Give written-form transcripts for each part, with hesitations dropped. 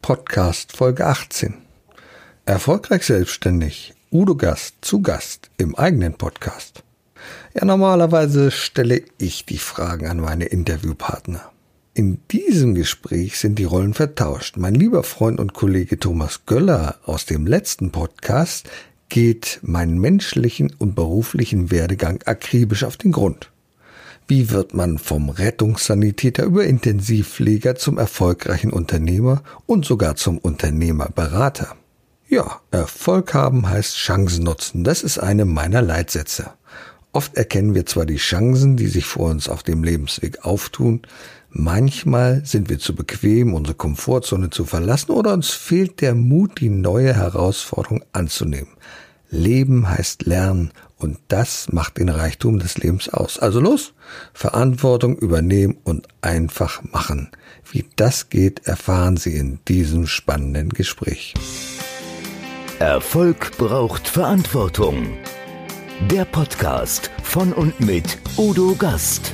Podcast Folge 18. Erfolgreich selbstständig. Udo Gast zu Gast im eigenen Podcast. Ja, normalerweise stelle ich die Fragen an meine Interviewpartner. In diesem Gespräch sind die Rollen vertauscht. Mein lieber Freund und Kollege Thomas Göller aus dem letzten Podcast geht meinen menschlichen und beruflichen Werdegang akribisch auf den Grund. Wie wird man vom Rettungssanitäter über Intensivpfleger zum erfolgreichen Unternehmer und sogar zum Unternehmerberater? Ja, Erfolg haben heißt Chancen nutzen. Das ist eine meiner Leitsätze. Oft erkennen wir zwar die Chancen, die sich vor uns auf dem Lebensweg auftun, manchmal sind wir zu bequem, unsere Komfortzone zu verlassen oder uns fehlt der Mut, die neue Herausforderung anzunehmen. Leben heißt lernen und das macht den Reichtum des Lebens aus. Also los, Verantwortung übernehmen und einfach machen. Wie das geht, erfahren Sie in diesem spannenden Gespräch. Erfolg braucht Verantwortung. Der Podcast von und mit Udo Gast.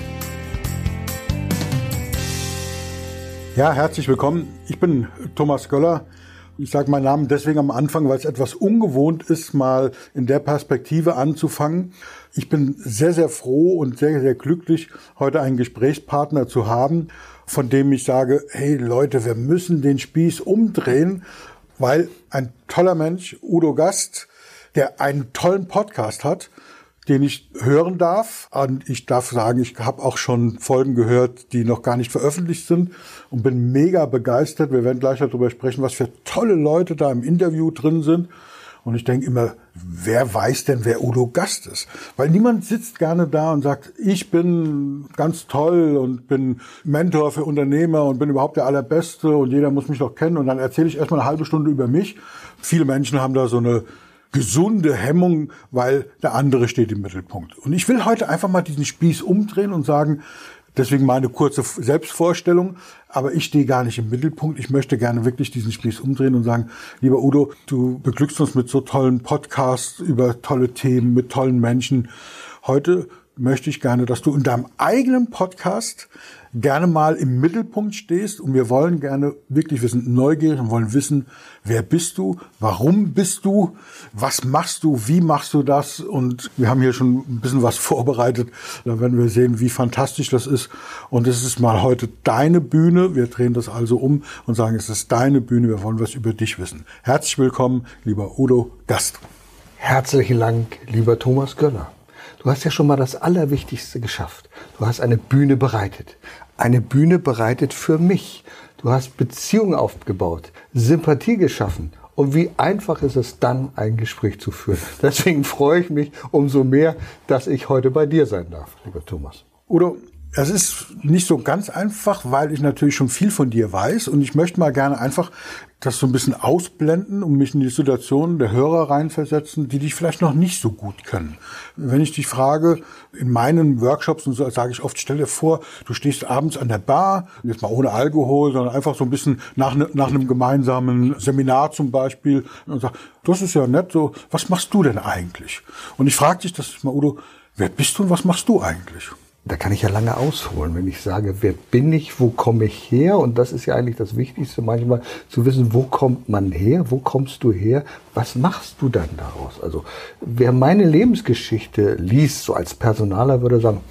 Ja, herzlich willkommen. Ich bin Thomas Göller. Ich sage meinen Namen deswegen am Anfang, weil es etwas ungewohnt ist, mal in der Perspektive anzufangen. Ich bin sehr, sehr froh und sehr, sehr glücklich, heute einen Gesprächspartner zu haben, von dem ich sage, hey Leute, wir müssen den Spieß umdrehen, weil ein toller Mensch, Udo Gast, der einen tollen Podcast hat, den ich hören darf. Und ich darf sagen, ich habe auch schon Folgen gehört, die noch gar nicht veröffentlicht sind und bin mega begeistert. Wir werden gleich darüber sprechen, was für tolle Leute da im Interview drin sind. Und ich denke immer, wer weiß denn, wer Udo Gast ist? Weil niemand sitzt gerne da und sagt, ich bin ganz toll und bin Mentor für Unternehmer und bin überhaupt der Allerbeste und jeder muss mich doch kennen. Und dann erzähle ich erstmal eine halbe Stunde über mich. Viele Menschen haben da so eine gesunde Hemmung, weil der andere steht im Mittelpunkt. Und ich will heute einfach mal diesen Spieß umdrehen und sagen, deswegen meine kurze Selbstvorstellung, aber ich stehe gar nicht im Mittelpunkt. Ich möchte gerne wirklich diesen Spieß umdrehen und sagen, lieber Udo, du beglückst uns mit so tollen Podcasts über tolle Themen, mit tollen Menschen. Heute möchte ich gerne, dass du in deinem eigenen Podcast gerne mal im Mittelpunkt stehst und wir wollen gerne wirklich, wir sind neugierig und wollen wissen, wer bist du, warum bist du, was machst du, wie machst du das und wir haben hier schon ein bisschen was vorbereitet, da werden wir sehen, wie fantastisch das ist und es ist mal heute deine Bühne, wir drehen das also um und sagen, es ist deine Bühne, wir wollen was über dich wissen. Herzlich willkommen, lieber Udo Gast. Herzlichen Dank, lieber Thomas Göller. Du hast ja schon mal das Allerwichtigste geschafft. Du hast eine Bühne bereitet. Eine Bühne bereitet für mich. Du hast Beziehungen aufgebaut, Sympathie geschaffen. Und wie einfach ist es dann, ein Gespräch zu führen. Deswegen freue ich mich umso mehr, dass ich heute bei dir sein darf, lieber Thomas. Udo, es ist nicht so ganz einfach, weil ich natürlich schon viel von dir weiß. Und ich möchte mal gerne einfach das so ein bisschen ausblenden und mich in die Situation der Hörer reinversetzen, die dich vielleicht noch nicht so gut kennen. Wenn ich dich frage, in meinen Workshops und so sage ich oft, stell dir vor, du stehst abends an der Bar, jetzt mal ohne Alkohol, sondern einfach so ein bisschen nach einem gemeinsamen Seminar zum Beispiel und sag, das ist ja nett, so, was machst du denn eigentlich? Und ich frage dich das mal, Udo, wer bist du und was machst du eigentlich? Da kann ich ja lange ausholen, wenn ich sage, wer bin ich, wo komme ich her? Und das ist ja eigentlich das Wichtigste manchmal, zu wissen, wo kommt man her, wo kommst du her, was machst du dann daraus? Also wer meine Lebensgeschichte liest, so als Personaler, würde sagen,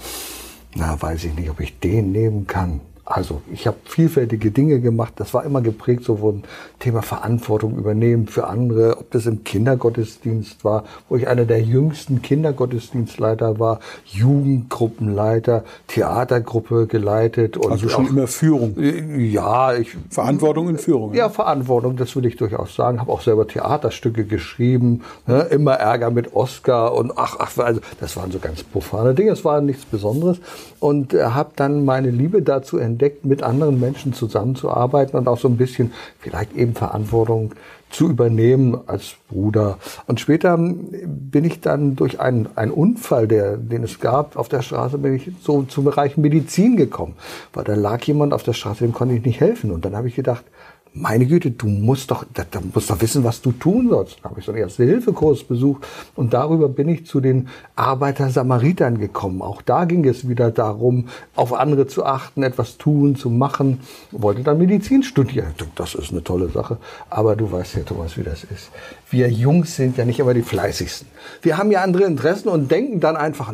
na, weiß ich nicht, ob ich den nehmen kann. Also ich habe vielfältige Dinge gemacht, das war immer geprägt so von Thema Verantwortung übernehmen für andere, ob das im Kindergottesdienst war, wo ich einer der jüngsten Kindergottesdienstleiter war, Jugendgruppenleiter, Theatergruppe geleitet. Und also schon immer Führung? Ja. Verantwortung in Führung? Ja, Verantwortung, das würde ich durchaus sagen. Habe auch selber Theaterstücke geschrieben, ne? Immer Ärger mit Oscar und also das waren so ganz profane Dinge, das war nichts Besonderes und habe dann meine Liebe dazu entdeckt, mit anderen Menschen zusammenzuarbeiten und auch so ein bisschen vielleicht eben Verantwortung zu übernehmen als Bruder. Und später bin ich dann durch einen Unfall, den es gab auf der Straße, bin ich so zum Bereich Medizin gekommen. Weil da lag jemand auf der Straße, dem konnte ich nicht helfen. Und dann habe ich gedacht, meine Güte, du musst doch wissen, was du tun sollst. Da habe ich so einen Erste-Hilfe-Kurs besucht und darüber bin ich zu den Arbeiter-Samaritern gekommen. Auch da ging es wieder darum, auf andere zu achten, etwas tun, zu machen. Ich wollte dann Medizin studieren. Das ist eine tolle Sache, aber du weißt ja, Thomas, wie das ist. Wir Jungs sind ja nicht immer die fleißigsten. Wir haben ja andere Interessen und denken dann einfach,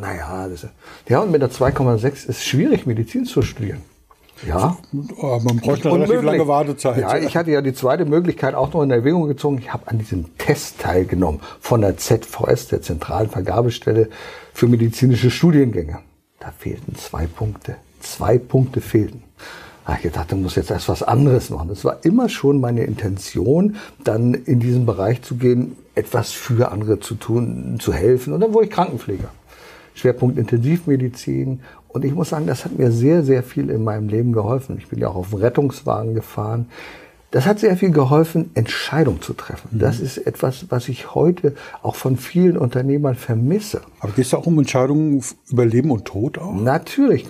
und mit der 2,6 ist schwierig, Medizin zu studieren. Ja, man bräuchte eine relativ lange Wartezeit. Ja, ich hatte ja die zweite Möglichkeit auch noch in Erwägung gezogen. Ich habe an diesem Test teilgenommen von der ZVS, der Zentralen Vergabestelle für medizinische Studiengänge. Da fehlten 2 Punkte. 2 Punkte fehlten. Da habe ich gedacht, du musst jetzt erst was anderes machen. Das war immer schon meine Intention, dann in diesen Bereich zu gehen, etwas für andere zu tun, zu helfen. Und dann wurde ich Krankenpfleger. Schwerpunkt Intensivmedizin. Und ich muss sagen, das hat mir sehr, sehr viel in meinem Leben geholfen. Ich bin ja auch auf dem Rettungswagen gefahren. Das hat sehr viel geholfen, Entscheidungen zu treffen. Das ist etwas, was ich heute auch von vielen Unternehmern vermisse. Aber geht es auch um Entscheidungen über Leben und Tod auch? Natürlich.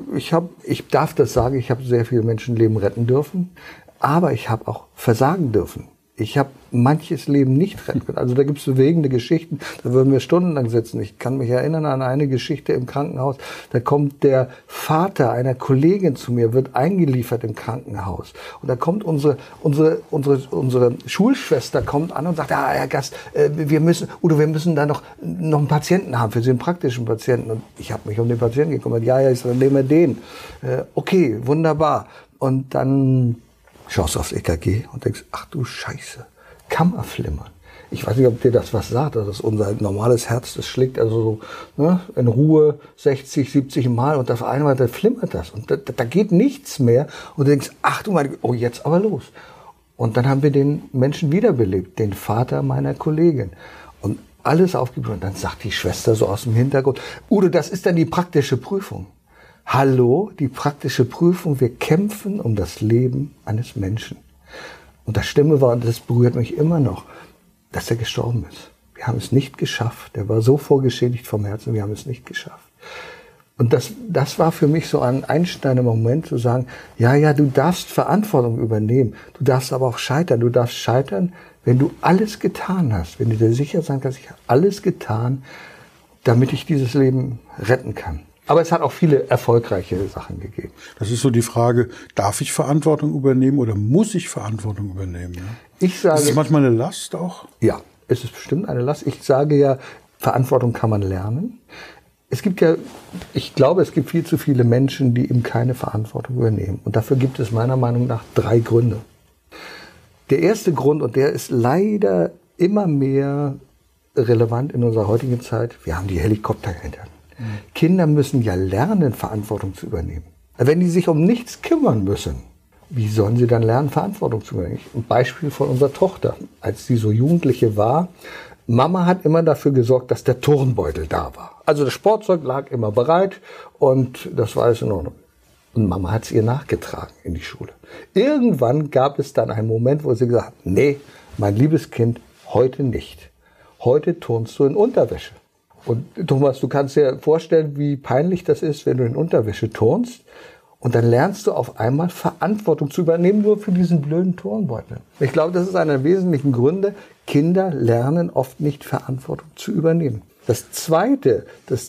Ich darf das sagen, ich habe sehr viele Menschenleben retten dürfen. Aber ich habe auch versagen dürfen. Ich habe manches Leben nicht retten können. Also da gibt es bewegende Geschichten, da würden wir stundenlang sitzen. Ich kann mich erinnern an eine Geschichte im Krankenhaus. Da kommt der Vater einer Kollegin zu mir, wird eingeliefert im Krankenhaus. Und da kommt unsere Schulschwester kommt an und sagt, Herr Gast, wir müssen da noch einen Patienten haben, für Sie einen praktischen Patienten. Und ich habe mich um den Patienten gekümmert. Ich sage, nehmen wir den. Okay, wunderbar. Und dann schaust du aufs EKG und denkst, ach du Scheiße, Kammerflimmern. Ich weiß nicht, ob dir das was sagt. Das ist unser normales Herz, das schlägt also so in Ruhe 60, 70 Mal und auf einmal da flimmert das. Und da geht nichts mehr. Und du denkst, ach du meine, oh jetzt aber los. Und dann haben wir den Menschen wiederbelebt, den Vater meiner Kollegin. Und alles aufgeblüht. Und dann sagt die Schwester so aus dem Hintergrund, Udo, das ist dann die praktische Prüfung. Hallo, die praktische Prüfung, wir kämpfen um das Leben eines Menschen. Und das Stimme war, und das berührt mich immer noch, dass er gestorben ist. Wir haben es nicht geschafft. Er war so vorgeschädigt vom Herzen, wir haben es nicht geschafft. Und das war für mich so ein einschneidender Moment zu sagen, ja, du darfst Verantwortung übernehmen. Du darfst aber auch scheitern. Du darfst scheitern, wenn du alles getan hast. Wenn du dir sicher sein kannst, ich habe alles getan, damit ich dieses Leben retten kann. Aber es hat auch viele erfolgreiche Sachen gegeben. Das ist so die Frage, darf ich Verantwortung übernehmen oder muss ich Verantwortung übernehmen? Ja? Ich sage, ist es manchmal eine Last auch? Ja, es ist bestimmt eine Last. Ich sage ja, Verantwortung kann man lernen. Ich glaube, es gibt viel zu viele Menschen, die eben keine Verantwortung übernehmen. Und dafür gibt es meiner Meinung nach 3 Gründe. Der erste Grund, und der ist leider immer mehr relevant in unserer heutigen Zeit, wir haben die Helikoptereltern. Kinder müssen ja lernen, Verantwortung zu übernehmen. Wenn die sich um nichts kümmern müssen, wie sollen sie dann lernen, Verantwortung zu übernehmen? Ein Beispiel von unserer Tochter. Als sie so Jugendliche war, Mama hat immer dafür gesorgt, dass der Turnbeutel da war. Also das Sportzeug lag immer bereit und das war alles in Ordnung. Und Mama hat es ihr nachgetragen in die Schule. Irgendwann gab es dann einen Moment, wo sie gesagt hat, nee, mein liebes Kind, heute nicht. Heute turnst du in Unterwäsche. Und Thomas, du kannst dir vorstellen, wie peinlich das ist, wenn du in Unterwäsche turnst und dann lernst du auf einmal Verantwortung zu übernehmen, nur für diesen blöden Turnbeutel. Ich glaube, das ist einer der wesentlichen Gründe. Kinder lernen oft nicht, Verantwortung zu übernehmen. Das Zweite,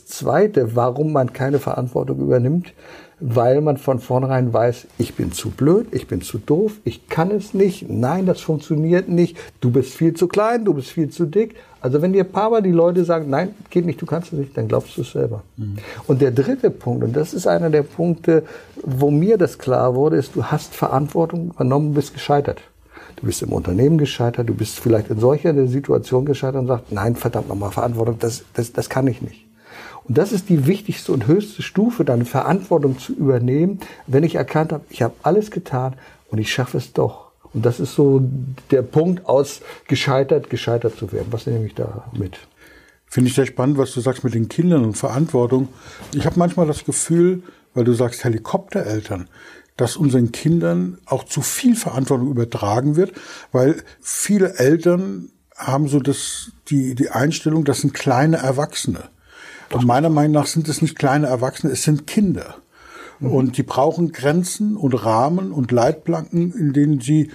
warum man keine Verantwortung übernimmt, weil man von vornherein weiß, ich bin zu blöd, ich bin zu doof, ich kann es nicht, nein, das funktioniert nicht, du bist viel zu klein, du bist viel zu dick. Also wenn dir ein paar Mal die Leute sagen, nein, geht nicht, du kannst es nicht, dann glaubst du es selber. Und der dritte Punkt, und das ist einer der Punkte, wo mir das klar wurde, ist, du hast Verantwortung übernommen, bist gescheitert. Du bist im Unternehmen gescheitert, du bist vielleicht in solcher Situation gescheitert und sagst, nein, verdammt nochmal, Verantwortung, das kann ich nicht. Und das ist die wichtigste und höchste Stufe, deine Verantwortung zu übernehmen, wenn ich erkannt habe, ich habe alles getan und ich schaffe es doch. Und das ist so der Punkt aus gescheitert zu werden. Was nehme ich da mit? Finde ich sehr spannend, was du sagst mit den Kindern und Verantwortung. Ich habe manchmal das Gefühl, weil du sagst Helikoptereltern, dass unseren Kindern auch zu viel Verantwortung übertragen wird, weil viele Eltern haben so die Einstellung, das sind kleine Erwachsene. Und meiner Meinung nach sind es nicht kleine Erwachsene, es sind Kinder. Und die brauchen Grenzen und Rahmen und Leitplanken, in denen sie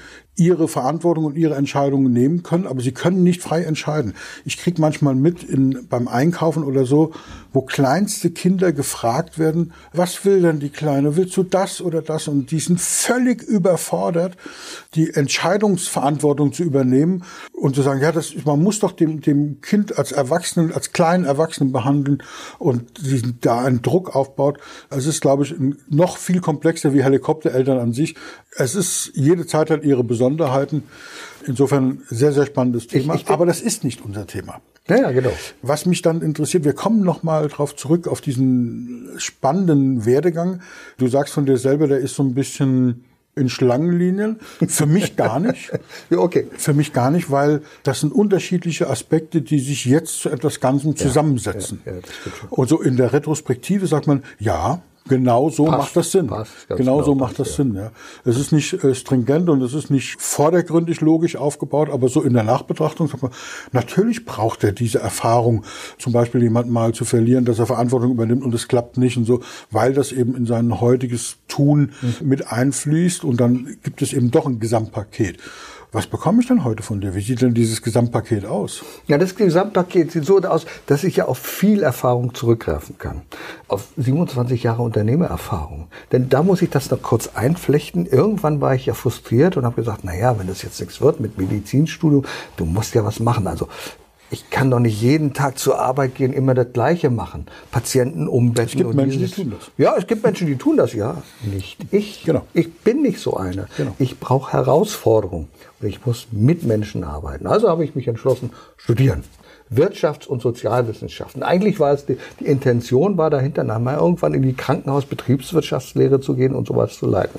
ihre Verantwortung und ihre Entscheidungen nehmen können, aber sie können nicht frei entscheiden. Ich kriege manchmal mit beim Einkaufen oder so, wo kleinste Kinder gefragt werden, was will denn die Kleine? Willst du das oder das? Und die sind völlig überfordert, die Entscheidungsverantwortung zu übernehmen und zu sagen, ja, man muss doch dem Kind als kleinen Erwachsenen behandeln und da einen Druck aufbaut. Es ist, glaube ich, noch viel komplexer wie Helikoptereltern an sich. Es ist, jede Zeit hat ihre Besonderheiten. Insofern sehr, sehr spannendes Thema. Aber das ist nicht unser Thema. Ja, genau. Was mich dann interessiert, wir kommen noch mal drauf zurück, auf diesen spannenden Werdegang. Du sagst von dir selber, der ist so ein bisschen in Schlangenlinien. Für mich gar nicht. Ja, okay. Für mich gar nicht, weil das sind unterschiedliche Aspekte, die sich jetzt zu etwas Ganzem zusammensetzen. Ja, das stimmt schon. Und so in der Retrospektive sagt man, ja, genau so macht das Sinn. Genau so macht das Sinn. Ja. Es ist nicht stringent und es ist nicht vordergründig logisch aufgebaut, aber so in der Nachbetrachtung sagt man, natürlich braucht er diese Erfahrung, zum Beispiel jemanden mal zu verlieren, dass er Verantwortung übernimmt und es klappt nicht und so, weil das eben in sein heutiges Tun mit einfließt und dann gibt es eben doch ein Gesamtpaket. Was bekomme ich denn heute von dir? Wie sieht denn dieses Gesamtpaket aus? Ja, das Gesamtpaket sieht so aus, dass ich ja auf viel Erfahrung zurückgreifen kann. Auf 27 Jahre Unternehmererfahrung. Denn da muss ich das noch kurz einflechten. Irgendwann war ich ja frustriert und habe gesagt, naja, wenn das jetzt nichts wird mit Medizinstudium, du musst ja was machen. Also ich kann doch nicht jeden Tag zur Arbeit gehen, immer das Gleiche machen. Patienten umbetten. Es gibt Menschen, die tun das. Ja, es gibt Menschen, die tun das, ja. Nicht ich. Genau. Ich bin nicht so einer. Genau. Ich brauche Herausforderungen. Und ich muss mit Menschen arbeiten. Also habe ich mich entschlossen, studieren. Wirtschafts- und Sozialwissenschaften. Eigentlich war es die Intention war dahinter, mal irgendwann in die Krankenhausbetriebswirtschaftslehre zu gehen und sowas zu leiten.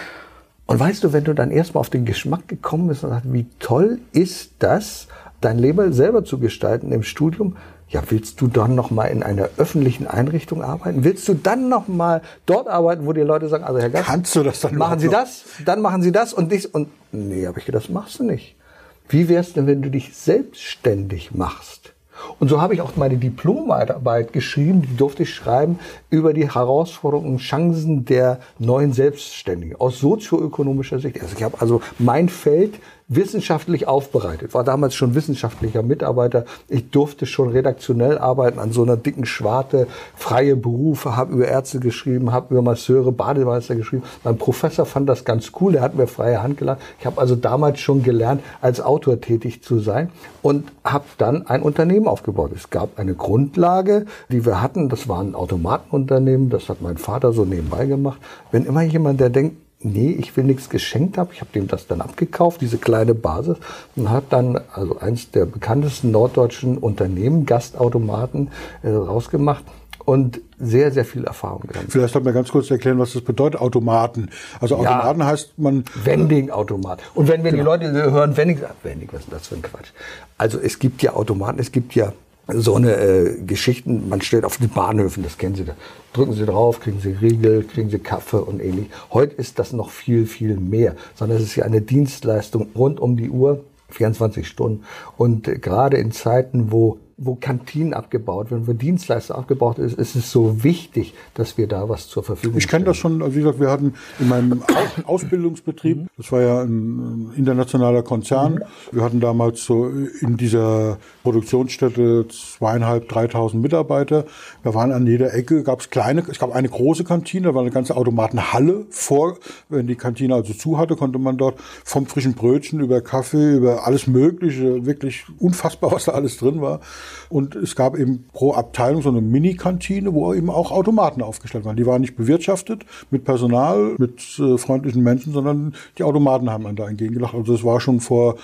Und weißt du, wenn du dann erstmal auf den Geschmack gekommen bist und sagst, wie toll ist das, dein Leben selber zu gestalten im Studium, ja, willst du dann noch mal in einer öffentlichen Einrichtung arbeiten? Willst du dann noch mal dort arbeiten, wo die Leute sagen, also Herr Gast, kannst du das dann machen Sie das, dann machen Sie das und dies und nee, habe ich gedacht, das machst du nicht. Wie wär's denn, wenn du dich selbstständig machst? Und so habe ich auch meine Diplomarbeit geschrieben, die durfte ich schreiben über die Herausforderungen und Chancen der neuen Selbstständigen aus sozioökonomischer Sicht. Also ich habe also mein Feld wissenschaftlich aufbereitet, war damals schon wissenschaftlicher Mitarbeiter. Ich durfte schon redaktionell arbeiten an so einer dicken Schwarte, freie Berufe, habe über Ärzte geschrieben, habe über Masseure, Bademeister geschrieben. Mein Professor fand das ganz cool, der hat mir freie Hand gelassen. Ich habe also damals schon gelernt, als Autor tätig zu sein und habe dann ein Unternehmen aufgebaut. Es gab eine Grundlage, die wir hatten, das war ein Automatenunternehmen, das hat mein Vater so nebenbei gemacht. Wenn immer jemand, der denkt, nee, ich will nichts geschenkt haben. Ich habe dem das dann abgekauft, diese kleine Basis, und habe dann also eins der bekanntesten norddeutschen Unternehmen, Gastautomaten, rausgemacht und sehr, sehr viel Erfahrung gehabt. Vielleicht sollten wir ganz kurz erklären, was das bedeutet, Automaten. Also Automaten heißt man... Vending-Automat. Und wenn wir die Leute hören, Vending, was ist das für ein Quatsch? Also es gibt ja Automaten, es gibt ja so eine Geschichten, man stellt auf den Bahnhöfen, das kennen Sie da. Drücken Sie drauf, kriegen Sie Riegel, kriegen Sie Kaffee und ähnlich. Heute ist das noch viel, viel mehr, sondern es ist ja eine Dienstleistung rund um die Uhr, 24 Stunden. Und gerade in Zeiten, wo Kantinen abgebaut werden, wo Dienstleister abgebaut ist, ist es so wichtig, dass wir da was zur Verfügung stellen. Ich kenne das schon, also wie gesagt, wir hatten in meinem Ausbildungsbetrieb, das war ja ein internationaler Konzern, wir hatten damals so in dieser Produktionsstätte 2.500, 3.000 Mitarbeiter. Da waren an jeder Ecke, es gab eine große Kantine, da war eine ganze Automatenhalle vor. Wenn die Kantine also zu hatte, konnte man dort vom frischen Brötchen über Kaffee, über alles Mögliche, wirklich unfassbar, was da alles drin war. Und es gab eben pro Abteilung so eine Mini-Kantine, wo eben auch Automaten aufgestellt waren. Die waren nicht bewirtschaftet mit Personal, mit freundlichen Menschen, sondern die Automaten haben einen da entgegengelacht. Also das war schon vor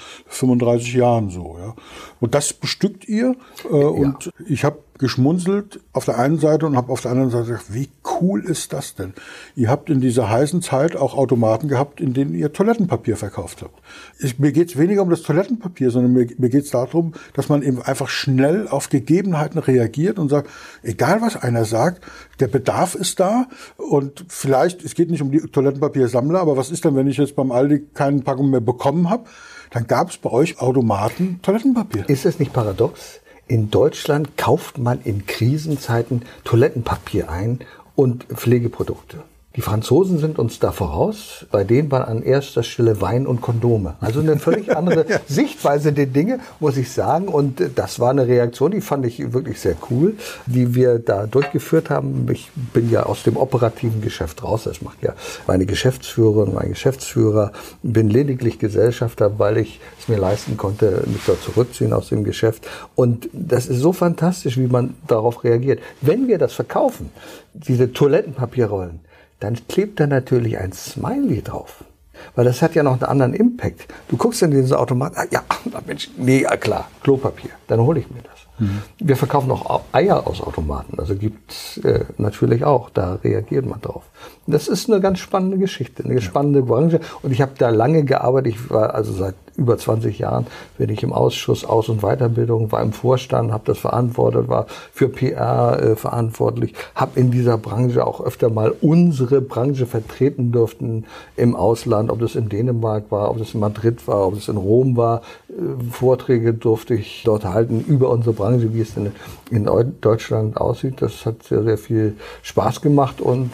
35 Jahren so. Ja. Und das bestückt ihr. Und ich habe geschmunzelt auf der einen Seite und habe auf der anderen Seite gesagt, wie cool ist das denn? Ihr habt in dieser heißen Zeit auch Automaten gehabt, in denen ihr Toilettenpapier verkauft habt. Mir geht es weniger um das Toilettenpapier, sondern mir geht es darum, dass man eben einfach schnell auf Gegebenheiten reagiert und sagt, egal was einer sagt, der Bedarf ist da und vielleicht, es geht nicht um die Toilettenpapiersammler, aber was ist denn, wenn ich jetzt beim Aldi keine Packung mehr bekommen habe? Dann gab es bei euch Automaten Toilettenpapier. Ist es nicht paradox? In Deutschland kauft man in Krisenzeiten Toilettenpapier ein und Pflegeprodukte. Die Franzosen sind uns da voraus. Bei denen waren an erster Stelle Wein und Kondome. Also eine völlig andere Sichtweise der Dinge, muss ich sagen. Und das war eine Reaktion, die fand ich wirklich sehr cool, die wir da durchgeführt haben. Ich bin ja aus dem operativen Geschäft raus. Das macht ja meine Geschäftsführerin, mein Geschäftsführer. Bin lediglich Gesellschafter, weil ich es mir leisten konnte, mich dort zurückziehen aus dem Geschäft. Und das ist so fantastisch, wie man darauf reagiert. Wenn wir das verkaufen, diese Toilettenpapierrollen, dann klebt da natürlich ein Smiley drauf. Weil das hat ja noch einen anderen Impact. Du guckst in diesen Automaten, ja, Mensch, nee, klar, Klopapier, dann hole ich mir das. Wir verkaufen auch Eier aus Automaten, also gibt's natürlich auch, da reagiert man drauf. Das ist eine ganz spannende Geschichte, eine spannende Branche und ich habe da lange gearbeitet, ich war also seit über 20 Jahren, bin ich im Ausschuss Aus- und Weiterbildung, war im Vorstand, habe das verantwortet, war für PR verantwortlich, habe in dieser Branche auch öfter mal unsere Branche vertreten dürfen im Ausland, ob das in Dänemark war, ob das in Madrid war, ob das in Rom war. Vorträge durfte ich dort halten über unsere Branche, wie es denn in Deutschland aussieht. Das hat sehr, sehr viel Spaß gemacht und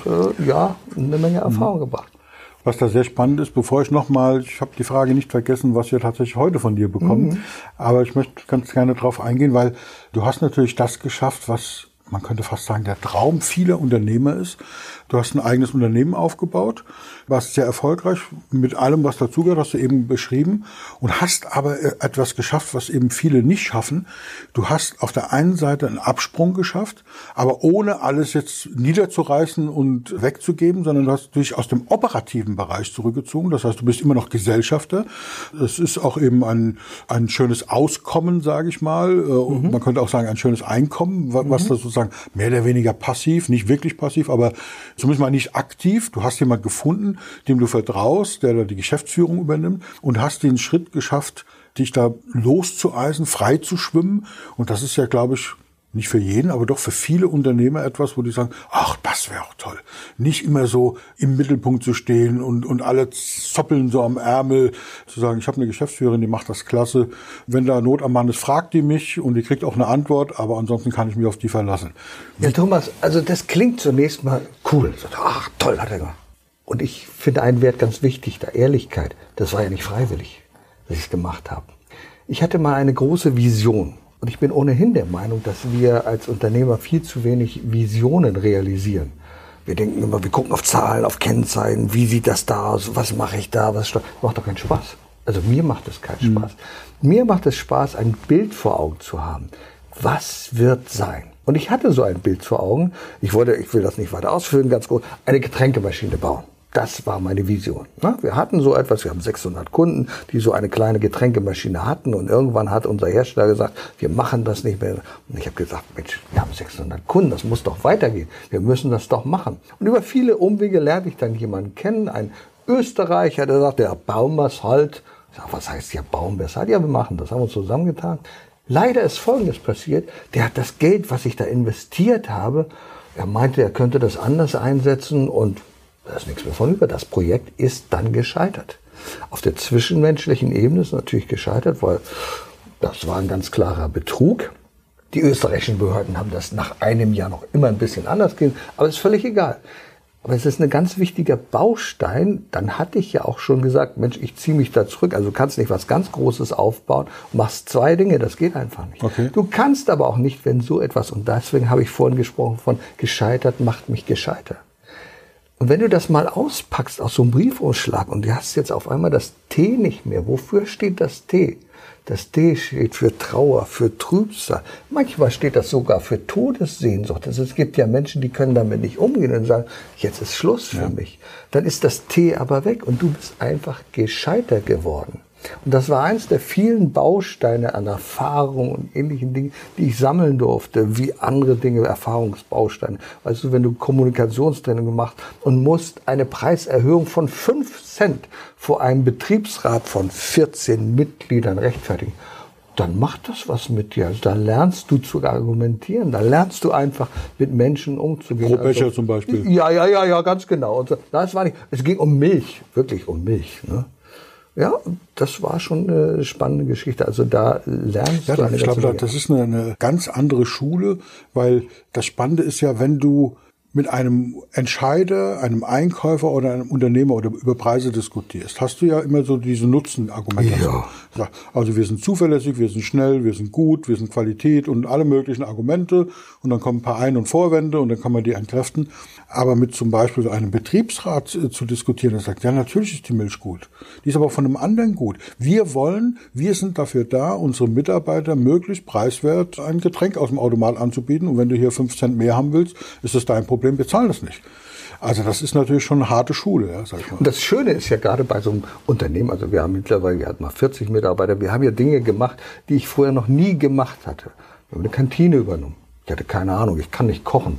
eine Menge Erfahrung gebracht. Was da sehr spannend ist, bevor ich habe die Frage nicht vergessen, was wir tatsächlich heute von dir bekommen, aber ich möchte ganz gerne drauf eingehen, weil du hast natürlich das geschafft, was man könnte fast sagen, der Traum vieler Unternehmer ist. Du hast ein eigenes Unternehmen aufgebaut, warst sehr erfolgreich mit allem, was dazugehört, hast du eben beschrieben und hast aber etwas geschafft, was eben viele nicht schaffen. Du hast auf der einen Seite einen Absprung geschafft, aber ohne alles jetzt niederzureißen und wegzugeben, sondern du hast dich aus dem operativen Bereich zurückgezogen. Das heißt, du bist immer noch Gesellschafter. Es ist auch eben ein schönes Auskommen, sage ich mal. Man könnte auch sagen, ein schönes Einkommen, was da sozusagen mehr oder weniger passiv, nicht wirklich passiv, aber zumindest mal nicht aktiv. Du hast jemanden gefunden, dem du vertraust, der da die Geschäftsführung übernimmt und hast den Schritt geschafft, dich da loszueisen, frei zu schwimmen. Und das ist ja, glaube ich, nicht für jeden, aber doch für viele Unternehmer etwas, wo die sagen, ach, das wäre auch toll. Nicht immer so im Mittelpunkt zu stehen und alle zoppeln so am Ärmel, zu sagen, ich habe eine Geschäftsführerin, die macht das klasse. Wenn da Not am Mann ist, fragt die mich und die kriegt auch eine Antwort, aber ansonsten kann ich mich auf die verlassen. Ja, Thomas, also das klingt zunächst mal cool. Ach, toll hat er gemacht. Und ich finde einen Wert ganz wichtig, da Ehrlichkeit. Das war ja nicht freiwillig, dass ich es gemacht habe. Ich hatte mal eine große Vision. Und ich bin ohnehin der Meinung, dass wir als Unternehmer viel zu wenig Visionen realisieren. Wir denken immer, wir gucken auf Zahlen, auf Kennzahlen, wie sieht das da aus, was mache ich da, macht doch keinen Spaß. Also mir macht es keinen Spaß. Mir macht es Spaß, ein Bild vor Augen zu haben. Was wird sein? Und ich hatte so ein Bild vor Augen. Ich will das nicht weiter ausführen, ganz groß, eine Getränkemaschine bauen. Das war meine Vision. Wir hatten so etwas, wir haben 600 Kunden, die so eine kleine Getränkemaschine hatten und irgendwann hat unser Hersteller gesagt, wir machen das nicht mehr. Und ich habe gesagt, Mensch, wir haben 600 Kunden, das muss doch weitergehen. Wir müssen das doch machen. Und über viele Umwege lernte ich dann jemanden kennen, einen Österreicher, der sagt, der bauen wir's halt. Ich sage, was heißt ja bauen wir's halt? Ja, wir machen das, haben uns zusammengetan. Leider ist Folgendes passiert, der hat das Geld, was ich da investiert habe, er meinte, er könnte das anders einsetzen und da ist nichts mehr von über. Das Projekt ist dann gescheitert. Auf der zwischenmenschlichen Ebene ist es natürlich gescheitert, weil das war ein ganz klarer Betrug. Die österreichischen Behörden haben das nach einem Jahr noch immer ein bisschen anders gesehen, aber ist völlig egal. Aber es ist ein ganz wichtiger Baustein. Dann hatte ich ja auch schon gesagt, Mensch, ich ziehe mich da zurück. Also du kannst nicht was ganz Großes aufbauen, machst zwei Dinge, das geht einfach nicht. Okay. Du kannst aber auch nicht, wenn so etwas, und deswegen habe ich vorhin gesprochen von gescheitert macht mich gescheiter. Und wenn du das mal auspackst aus so einem Briefumschlag und du hast jetzt auf einmal das T nicht mehr, wofür steht das T? Das T steht für Trauer, für Trübsal. Manchmal steht das sogar für Todessehnsucht. Also es gibt ja Menschen, die können damit nicht umgehen und sagen, jetzt ist Schluss für mich. Dann ist das T aber weg und du bist einfach gescheiter geworden. Und das war eins der vielen Bausteine an Erfahrung und ähnlichen Dingen, die ich sammeln durfte, wie andere Dinge, Erfahrungsbausteine. Weißt du, wenn du Kommunikationstraining gemacht und musst eine Preiserhöhung von 5 Cent vor einem Betriebsrat von 14 Mitgliedern rechtfertigen, dann macht das was mit dir. Also da lernst du zu argumentieren, da lernst du einfach mit Menschen umzugehen. Pro Becher zum Beispiel. Ja, ganz genau. Und so, das war nicht, es ging um Milch, wirklich um Milch, ne? Ja, das war schon eine spannende Geschichte. Also da lernst du eine ganze Menge. Ich glaube, das ist eine ganz andere Schule, weil das Spannende ist ja, wenn du mit einem Entscheider, einem Einkäufer oder einem Unternehmer oder über Preise diskutierst, hast du ja immer so diese Nutzenargumentation. Ja. Also wir sind zuverlässig, wir sind schnell, wir sind gut, wir sind Qualität und alle möglichen Argumente und dann kommen ein paar Ein- und Vorwände und dann kann man die entkräften. Aber mit zum Beispiel einem Betriebsrat zu diskutieren, der sagt, ja, natürlich ist die Milch gut. Die ist aber von einem anderen gut. Wir sind dafür da, unsere Mitarbeiter möglichst preiswert ein Getränk aus dem Automat anzubieten. Und wenn du hier 5 Cent mehr haben willst, ist das dein Problem, wir zahlen das nicht. Also das ist natürlich schon eine harte Schule, ja, sag ich mal. Und das Schöne ist ja gerade bei so einem Unternehmen, also wir hatten mal 40 Mitarbeiter, wir haben ja Dinge gemacht, die ich vorher noch nie gemacht hatte. Wir haben eine Kantine übernommen. Ich hatte keine Ahnung, ich kann nicht kochen.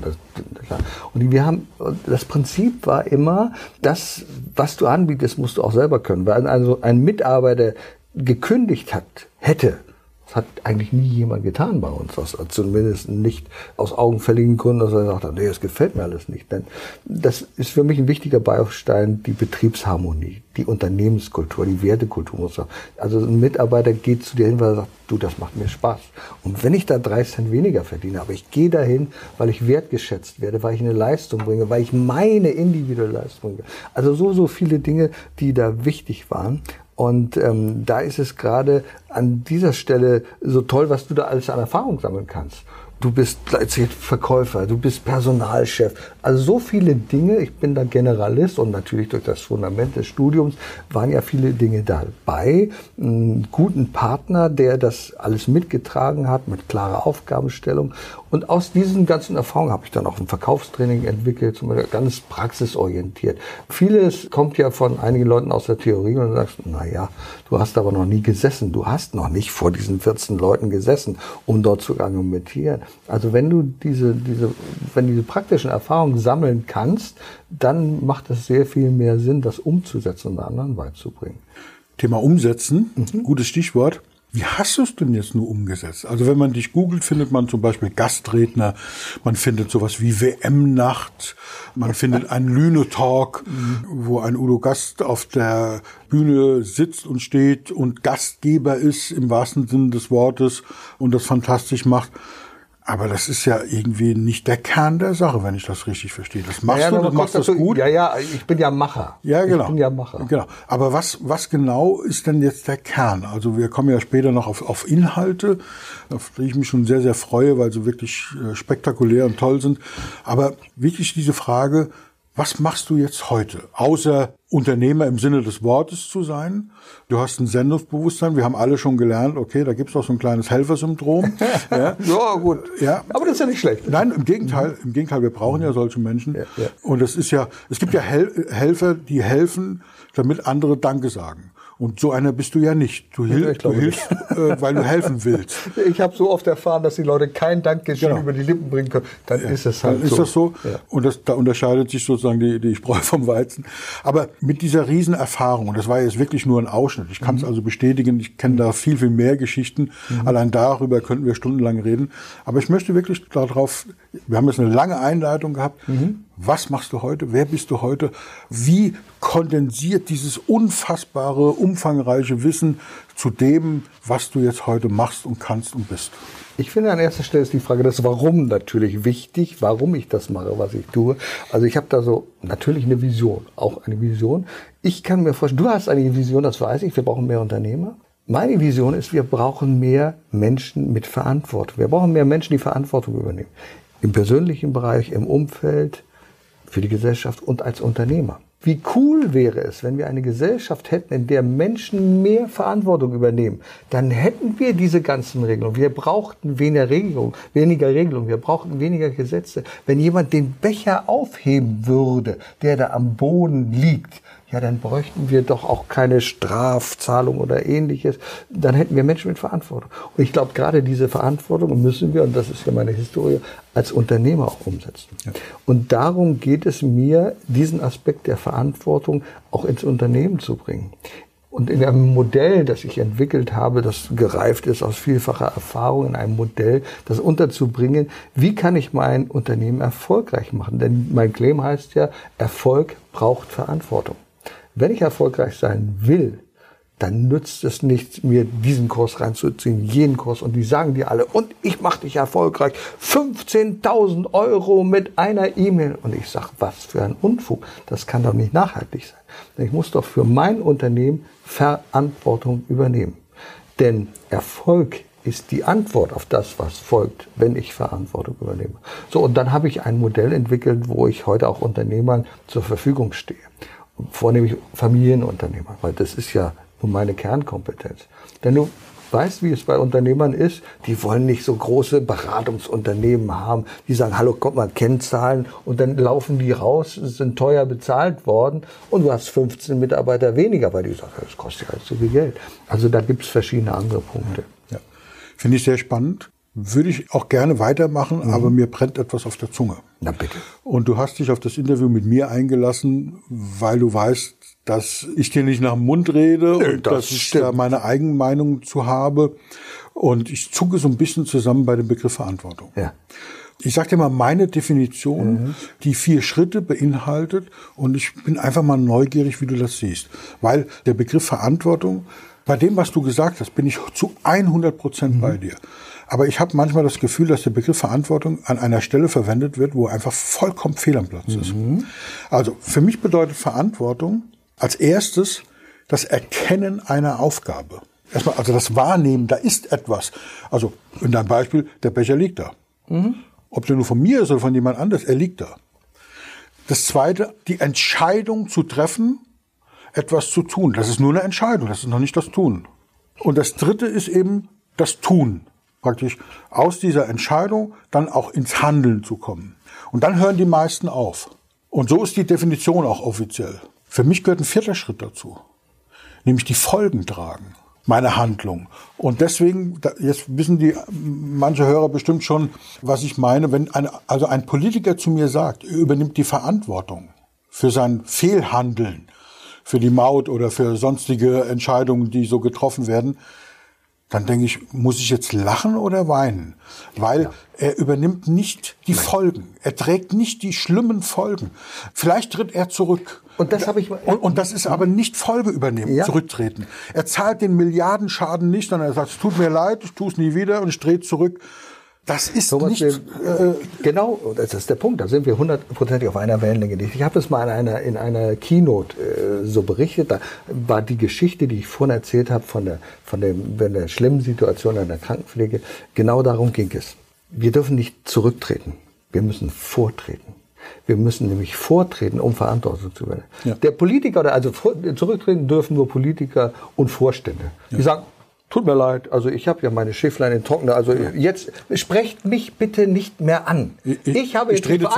Und das Prinzip war immer, das, was du anbietest, musst du auch selber können. Weil also ein Mitarbeiter gekündigt hätte, das hat eigentlich nie jemand getan bei uns, zumindest nicht aus augenfälligen Gründen, dass er sagt, nee, das gefällt mir alles nicht. Denn das ist für mich ein wichtiger Baustein, die Betriebsharmonie, die Unternehmenskultur, die Wertekultur muss sein. Also ein Mitarbeiter geht zu dir hin, weil er sagt, du, das macht mir Spaß. Und wenn ich da 3 Cent weniger verdiene, aber ich gehe dahin, weil ich wertgeschätzt werde, weil ich eine Leistung bringe, weil ich meine individuelle Leistung bringe. Also so viele Dinge, die da wichtig waren. Und da ist es gerade an dieser Stelle so toll, was du da alles an Erfahrung sammeln kannst. Du bist gleichzeitig Verkäufer, du bist Personalchef. Also so viele Dinge, ich bin da Generalist und natürlich durch das Fundament des Studiums waren ja viele Dinge dabei. Einen guten Partner, der das alles mitgetragen hat, mit klarer Aufgabenstellung. Und aus diesen ganzen Erfahrungen habe ich dann auch ein Verkaufstraining entwickelt, zum Beispiel ganz praxisorientiert. Vieles kommt ja von einigen Leuten aus der Theorie und du sagst, naja, du hast aber noch nie gesessen, du hast noch nicht vor diesen 14 Leuten gesessen, um dort zu argumentieren. Also wenn du diese praktischen Erfahrungen sammeln kannst, dann macht es sehr viel mehr Sinn, das umzusetzen und anderen beizubringen. Thema Umsetzen, gutes Stichwort. Wie hast du es denn jetzt nur umgesetzt? Also wenn man dich googelt, findet man zum Beispiel Gastredner, man findet sowas wie WM-Nacht, man findet einen Lüne-Talk, wo ein Udo Gast auf der Bühne sitzt und steht und Gastgeber ist im wahrsten Sinne des Wortes und das fantastisch macht. Aber das ist ja irgendwie nicht der Kern der Sache, wenn ich das richtig verstehe. Das machst du machst das gut. Ja, ich bin ja Macher. Ja, genau. Ich bin ja Macher. Genau. Aber was genau ist denn jetzt der Kern? Also wir kommen ja später noch auf Inhalte, auf die ich mich schon sehr, sehr freue, weil sie wirklich spektakulär und toll sind. Aber wirklich diese Frage, was machst du jetzt heute? Außer Unternehmer im Sinne des Wortes zu sein. Du hast ein Sendungsbewusstsein. Wir haben alle schon gelernt, okay, da gibt's auch so ein kleines Helfersyndrom. Ja, gut. Ja. Aber das ist ja nicht schlecht. Nein, im Gegenteil, wir brauchen ja solche Menschen. Ja. Und es gibt ja Helfer, die helfen, damit andere Danke sagen. Und so einer bist du ja nicht. Du hilfst, weil du helfen willst. Ich habe so oft erfahren, dass die Leute kein Dankgeschenk über die Lippen bringen können. Dann ist es halt so. Ist das so? Ja. Und da unterscheidet sich sozusagen die Spreu vom Weizen. Aber mit dieser Riesenerfahrung, und das war jetzt wirklich nur ein Ausschnitt, ich kann es also bestätigen, ich kenne da viel, viel mehr Geschichten. Allein darüber könnten wir stundenlang reden. Aber ich möchte wirklich darauf, wir haben jetzt eine lange Einleitung gehabt. Was machst du heute? Wer bist du heute? Wie kondensiert dieses unfassbare, umfangreiche Wissen zu dem, was du jetzt heute machst und kannst und bist? Ich finde, an erster Stelle ist die Frage des Warum natürlich wichtig, warum ich das mache, was ich tue. Also ich habe da so natürlich eine Vision, auch eine Vision. Ich kann mir vorstellen, du hast eine Vision, das weiß ich, wir brauchen mehr Unternehmer. Meine Vision ist, wir brauchen mehr Menschen mit Verantwortung. Wir brauchen mehr Menschen, die Verantwortung übernehmen. Im persönlichen Bereich, im Umfeld, für die Gesellschaft und als Unternehmer. Wie cool wäre es, wenn wir eine Gesellschaft hätten, in der Menschen mehr Verantwortung übernehmen. Dann hätten wir diese ganzen Regelungen. Wir brauchten weniger Regelungen, wir brauchten weniger Gesetze. Wenn jemand den Becher aufheben würde, der da am Boden liegt, ja, dann bräuchten wir doch auch keine Strafzahlung oder Ähnliches. Dann hätten wir Menschen mit Verantwortung. Und ich glaube, gerade diese Verantwortung müssen wir, und das ist ja meine Historie, als Unternehmer auch umsetzen. Ja. Und darum geht es mir, diesen Aspekt der Verantwortung auch ins Unternehmen zu bringen. Und in einem Modell, das ich entwickelt habe, das gereift ist aus vielfacher Erfahrung, in einem Modell, das unterzubringen, wie kann ich mein Unternehmen erfolgreich machen? Denn mein Claim heißt ja, Erfolg braucht Verantwortung. Wenn ich erfolgreich sein will, dann nützt es nichts, mir diesen Kurs reinzuziehen, jenen Kurs. Und die sagen dir alle, und ich mache dich erfolgreich, 15.000 € mit einer E-Mail. Und ich sage, was für ein Unfug, das kann doch nicht nachhaltig sein. Denn ich muss doch für mein Unternehmen Verantwortung übernehmen. Denn Erfolg ist die Antwort auf das, was folgt, wenn ich Verantwortung übernehme. So, und dann habe ich ein Modell entwickelt, wo ich heute auch Unternehmern zur Verfügung stehe. Vornehmlich Familienunternehmer, weil das ist ja nun meine Kernkompetenz. Denn du weißt, wie es bei Unternehmern ist, die wollen nicht so große Beratungsunternehmen haben, die sagen, hallo, kommt mal, Kennzahlen, und dann laufen die raus, sind teuer bezahlt worden und du hast 15 Mitarbeiter weniger, weil die sagen, das kostet ja alles so viel Geld. Also da gibt es verschiedene andere Punkte. Ja. Finde ich sehr spannend. Würde ich auch gerne weitermachen, aber mir brennt etwas auf der Zunge. Na bitte. Und du hast dich auf das Interview mit mir eingelassen, weil du weißt, dass ich dir nicht nach dem Mund rede und dass ich da meine Eigenmeinung zu habe. Und ich zucke so ein bisschen zusammen bei dem Begriff Verantwortung. Ja. Ich sage dir mal meine Definition, die 4 Schritte beinhaltet. Und ich bin einfach mal neugierig, wie du das siehst. Weil der Begriff Verantwortung, bei dem, was du gesagt hast, bin ich zu 100% bei dir. Aber ich habe manchmal das Gefühl, dass der Begriff Verantwortung an einer Stelle verwendet wird, wo er einfach vollkommen fehl am Platz ist. Also für mich bedeutet Verantwortung als erstes das Erkennen einer Aufgabe. Erstmal, also das Wahrnehmen, da ist etwas. Also in deinem Beispiel, der Becher liegt da. Ob der nur von mir ist oder von jemand anderes, er liegt da. Das Zweite, die Entscheidung zu treffen, etwas zu tun. Das ist nur eine Entscheidung, das ist noch nicht das Tun. Und das Dritte ist eben das Tun. Praktisch aus dieser Entscheidung dann auch ins Handeln zu kommen. Und dann hören die meisten auf. Und so ist die Definition auch offiziell. Für mich gehört ein 4. Schritt dazu, nämlich die Folgen tragen, meine Handlung. Und deswegen, jetzt wissen die manche Hörer bestimmt schon, was ich meine, wenn ein Politiker zu mir sagt, er übernimmt die Verantwortung für sein Fehlhandeln, für die Maut oder für sonstige Entscheidungen, die so getroffen werden, dann denke ich, muss ich jetzt lachen oder weinen? Weil er übernimmt nicht die Folgen. Er trägt nicht die schlimmen Folgen. Vielleicht tritt er zurück. Und das habe ich und das ist aber nicht Folge übernehmen, zurücktreten. Er zahlt den Milliardenschaden nicht, sondern er sagt, es tut mir leid, ich tue es nie wieder und ich trete zurück. Das ist so nicht... genau, das ist der Punkt. Da sind wir 100% auf einer Wellenlänge. Ich habe es mal in einer Keynote so berichtet. Da war die Geschichte, die ich vorhin erzählt habe, von der schlimmen Situation in der Krankenpflege. Genau darum ging es. Wir dürfen nicht zurücktreten. Wir müssen vortreten. Wir müssen nämlich vortreten, um Verantwortung zu übernehmen. Ja. Der Politiker, zurücktreten dürfen nur Politiker und Vorstände. Die sagen, tut mir leid, also ich habe ja meine Schäflein in Trockner, also jetzt sprecht mich bitte nicht mehr an. Ich trete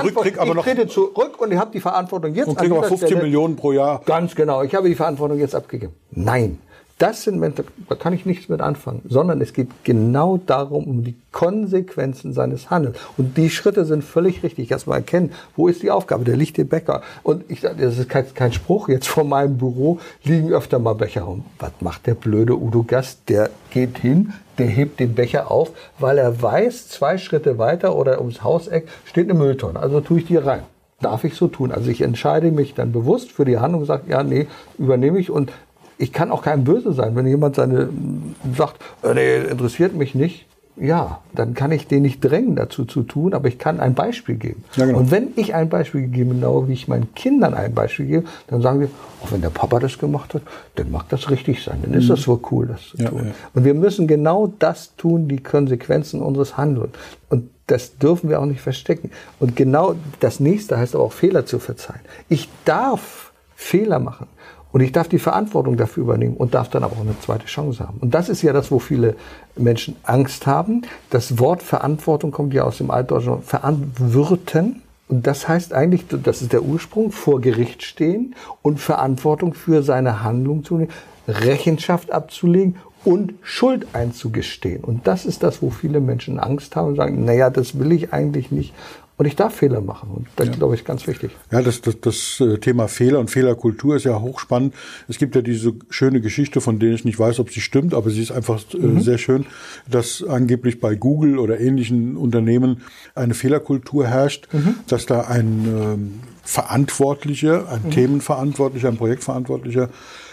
zurück und ich habe die Verantwortung jetzt. Und kriege mal 15 Millionen pro Jahr. Ganz genau, ich habe die Verantwortung jetzt abgegeben. Nein, das sind Menschen, da kann ich nichts mit anfangen, sondern es geht genau darum, um die Konsequenzen seines Handelns. Und die Schritte sind völlig richtig. Erstmal erkennen, wo ist die Aufgabe? Da liegt der Becher. Und ich sage, das ist kein Spruch. Jetzt vor meinem Büro liegen öfter mal Becher rum. Was macht der blöde Udo Gast? Der geht hin, der hebt den Becher auf, weil er weiß, 2 Schritte weiter oder ums Hauseck steht eine Mülltonne. Also tue ich die rein. Darf ich so tun? Also ich entscheide mich dann bewusst für die Handlung und sage, ja, nee, übernehme ich. Und ich kann auch keinem böse sein, wenn jemand sagt, nee, interessiert mich nicht. Ja, dann kann ich den nicht drängen, dazu zu tun, aber ich kann ein Beispiel geben. Ja, genau. Und wenn ich ein Beispiel gebe, genau wie ich meinen Kindern ein Beispiel gebe, dann sagen wir, auch wenn der Papa das gemacht hat, dann mag das richtig sein, dann ist das wohl cool, das zu tun. Ja. Und wir müssen genau das tun, die Konsequenzen unseres Handelns. Und das dürfen wir auch nicht verstecken. Und genau das Nächste heißt aber auch, Fehler zu verzeihen. Ich darf Fehler machen. Und ich darf die Verantwortung dafür übernehmen und darf dann aber auch eine zweite Chance haben. Und das ist ja das, wo viele Menschen Angst haben. Das Wort Verantwortung kommt ja aus dem Altdeutschen verantworten. Und das heißt eigentlich, das ist der Ursprung, vor Gericht stehen und Verantwortung für seine Handlung zu nehmen, Rechenschaft abzulegen und Schuld einzugestehen. Und das ist das, wo viele Menschen Angst haben und sagen, naja, das will ich eigentlich nicht. Und ich darf Fehler machen. Und das glaube ich, ganz wichtig. Ja, das Thema Fehler und Fehlerkultur ist ja hochspannend. Es gibt ja diese schöne Geschichte, von der ich nicht weiß, ob sie stimmt, aber sie ist einfach sehr schön, dass angeblich bei Google oder ähnlichen Unternehmen eine Fehlerkultur herrscht, dass da ein Verantwortlicher, ein Themenverantwortlicher, ein Projektverantwortlicher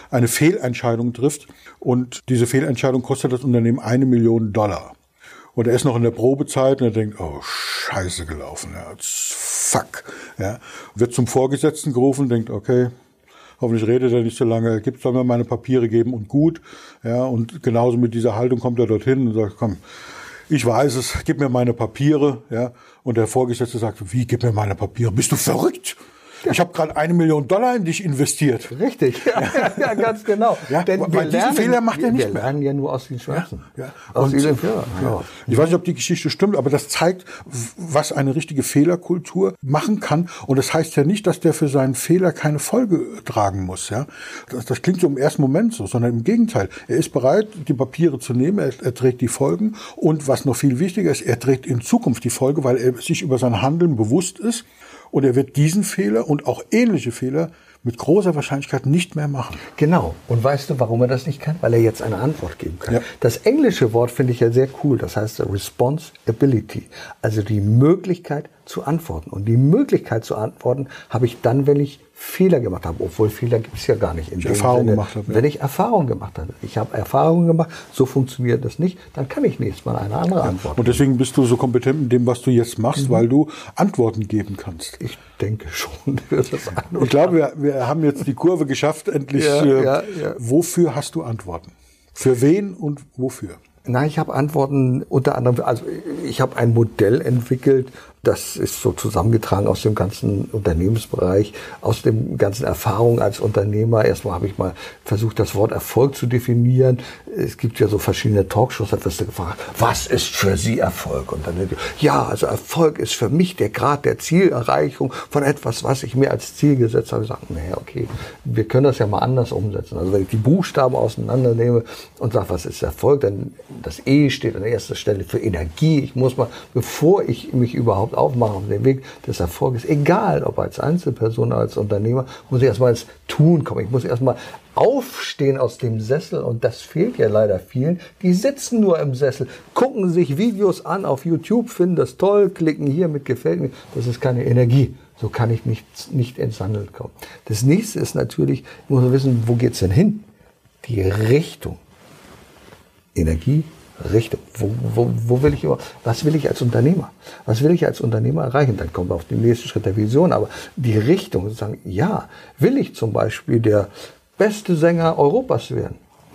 eine Fehlentscheidung trifft und diese Fehlentscheidung kostet das Unternehmen $1 Million. Und er ist noch in der Probezeit und er denkt, oh, scheiße gelaufen, ja, fuck. Ja. Wird zum Vorgesetzten gerufen und denkt, okay, hoffentlich redet er nicht so lange, soll mir meine Papiere geben und gut. Ja, und genauso mit dieser Haltung kommt er dorthin und sagt, komm, ich weiß es, gib mir meine Papiere. Ja. Und der Vorgesetzte sagt, wie, gib mir meine Papiere? Bist du verrückt? Ich habe gerade $1 Million in dich investiert. Richtig, ja, ganz genau. Ja, denn weil diesen Fehler macht er nicht mehr. Wir lernen ja nur aus den Schmerzen. Ja. Aus diesen Fehlern. Ja. Ich weiß nicht, ob die Geschichte stimmt, aber das zeigt, was eine richtige Fehlerkultur machen kann. Und das heißt ja nicht, dass der für seinen Fehler keine Folge tragen muss. Ja, das klingt so im ersten Moment so, sondern im Gegenteil. Er ist bereit, die Papiere zu nehmen, er trägt die Folgen. Und was noch viel wichtiger ist, er trägt in Zukunft die Folge, weil er sich über sein Handeln bewusst ist. Und er wird diesen Fehler und auch ähnliche Fehler mit großer Wahrscheinlichkeit nicht mehr machen. Genau. Und weißt du, warum er das nicht kann? Weil er jetzt eine Antwort geben kann. Ja. Das englische Wort finde ich ja sehr cool. Das heißt Responsibility. Also die Möglichkeit zu antworten. Und die Möglichkeit zu antworten habe ich dann, wenn ich Fehler gemacht habe. Obwohl Fehler gibt es ja gar nicht. Wenn ich Erfahrung gemacht habe. Ich habe Erfahrungen gemacht, so funktioniert das nicht, dann kann ich nächstes Mal eine andere Antwort. Und deswegen bist du so kompetent in dem, was du jetzt machst, weil du Antworten geben kannst. Ich denke schon. Ich glaube, wir haben jetzt die Kurve geschafft, endlich. Ja. Wofür hast du Antworten? Für wen und wofür? Na, ich habe Antworten unter anderem, also ich habe ein Modell entwickelt, das ist so zusammengetragen aus dem ganzen Unternehmensbereich, aus dem ganzen Erfahrung als Unternehmer. Erstmal habe ich mal versucht, das Wort Erfolg zu definieren. Es gibt ja so verschiedene Talkshows, da wirst du gefragt, was ist für Sie Erfolg? Und dann ja, also Erfolg ist für mich der Grad der Zielerreichung von etwas, was ich mir als Ziel gesetzt habe. Ich sage, naja, okay, wir können das ja mal anders umsetzen. Also wenn ich die Buchstaben auseinandernehme und sage, was ist Erfolg, dann das E steht an erster Stelle für Energie. Ich muss mal, bevor ich mich überhaupt aufmache auf den Weg des Erfolges, egal ob als Einzelperson oder als Unternehmer, muss ich erstmal ins Tun kommen. Ich muss erstmal aufstehen aus dem Sessel und das fehlt ja leider vielen. Die sitzen nur im Sessel, gucken sich Videos an auf YouTube, finden das toll, klicken hier mit gefällt mir. Das ist keine Energie. So kann ich nicht ins Handeln kommen. Das nächste ist natürlich, ich muss wissen, wo geht's denn hin? Die Richtung. Energie, Richtung. Wo will ich über? Was will ich als Unternehmer? Was will ich als Unternehmer erreichen? Dann kommen wir auf den nächsten Schritt der Vision. Aber die Richtung, sozusagen, ja, will ich zum Beispiel der beste Sänger Europas werden?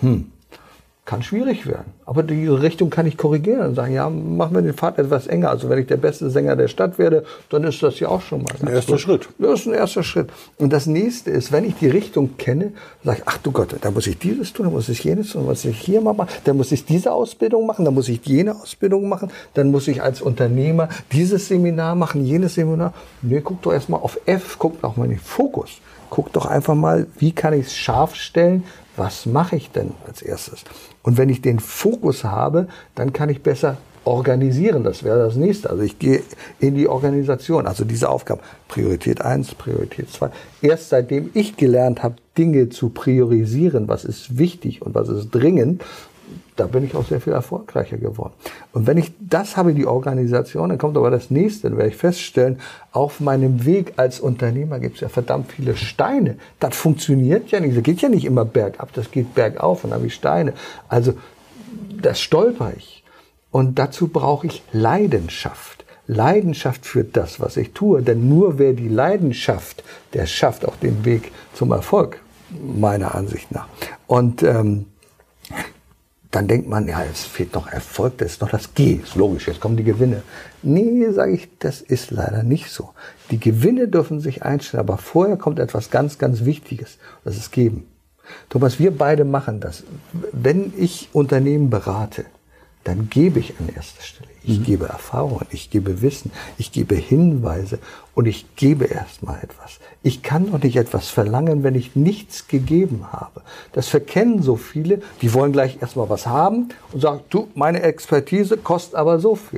Kann schwierig werden. Aber die Richtung kann ich korrigieren und sagen, ja, machen wir den Pfad etwas enger. Also wenn ich der beste Sänger der Stadt werde, dann ist das ja auch schon mal ein erster Schritt. Das ist ein erster Schritt. Und das nächste ist, wenn ich die Richtung kenne, sage ich, ach du Gott, da muss ich dieses tun, da muss ich jenes tun, da muss ich hier mal machen, dann muss ich diese Ausbildung machen, dann muss ich jene Ausbildung machen, dann muss ich als Unternehmer dieses Seminar machen, jenes Seminar. Nee, guck doch erstmal auf F, guck doch mal in den Fokus. Guck doch einfach mal, wie kann ich es scharf stellen, was mache ich denn als erstes? Und wenn ich den Fokus habe, dann kann ich besser organisieren. Das wäre das nächste. Also ich gehe in die Organisation, also diese Aufgaben. Priorität 1, Priorität 2. Erst seitdem ich gelernt habe, Dinge zu priorisieren, was ist wichtig und was ist dringend, da bin ich auch sehr viel erfolgreicher geworden. Und wenn ich das habe, die Organisation, dann kommt aber das nächste, dann werde ich feststellen, auf meinem Weg als Unternehmer gibt es ja verdammt viele Steine. Das funktioniert ja nicht, das geht ja nicht immer bergab, das geht bergauf und dann habe ich Steine. Also das stolper ich. Und dazu brauche ich Leidenschaft. Leidenschaft für das, was ich tue. Denn nur wer die Leidenschaft, der schafft auch den Weg zum Erfolg, meiner Ansicht nach. Und dann denkt man, ja, es fehlt noch Erfolg, das ist noch das G, ist logisch, jetzt kommen die Gewinne. Nee, sage ich, das ist leider nicht so. Die Gewinne dürfen sich einstellen, aber vorher kommt etwas ganz, ganz Wichtiges, das ist Geben. Thomas, wir beide machen das. Wenn ich Unternehmen berate, dann gebe ich an erster Stelle. Ich gebe Erfahrungen, ich gebe Wissen, ich gebe Hinweise und ich gebe erstmal etwas. Ich kann doch nicht etwas verlangen, wenn ich nichts gegeben habe. Das verkennen so viele, die wollen gleich erstmal was haben und sagen, du, meine Expertise kostet aber so viel.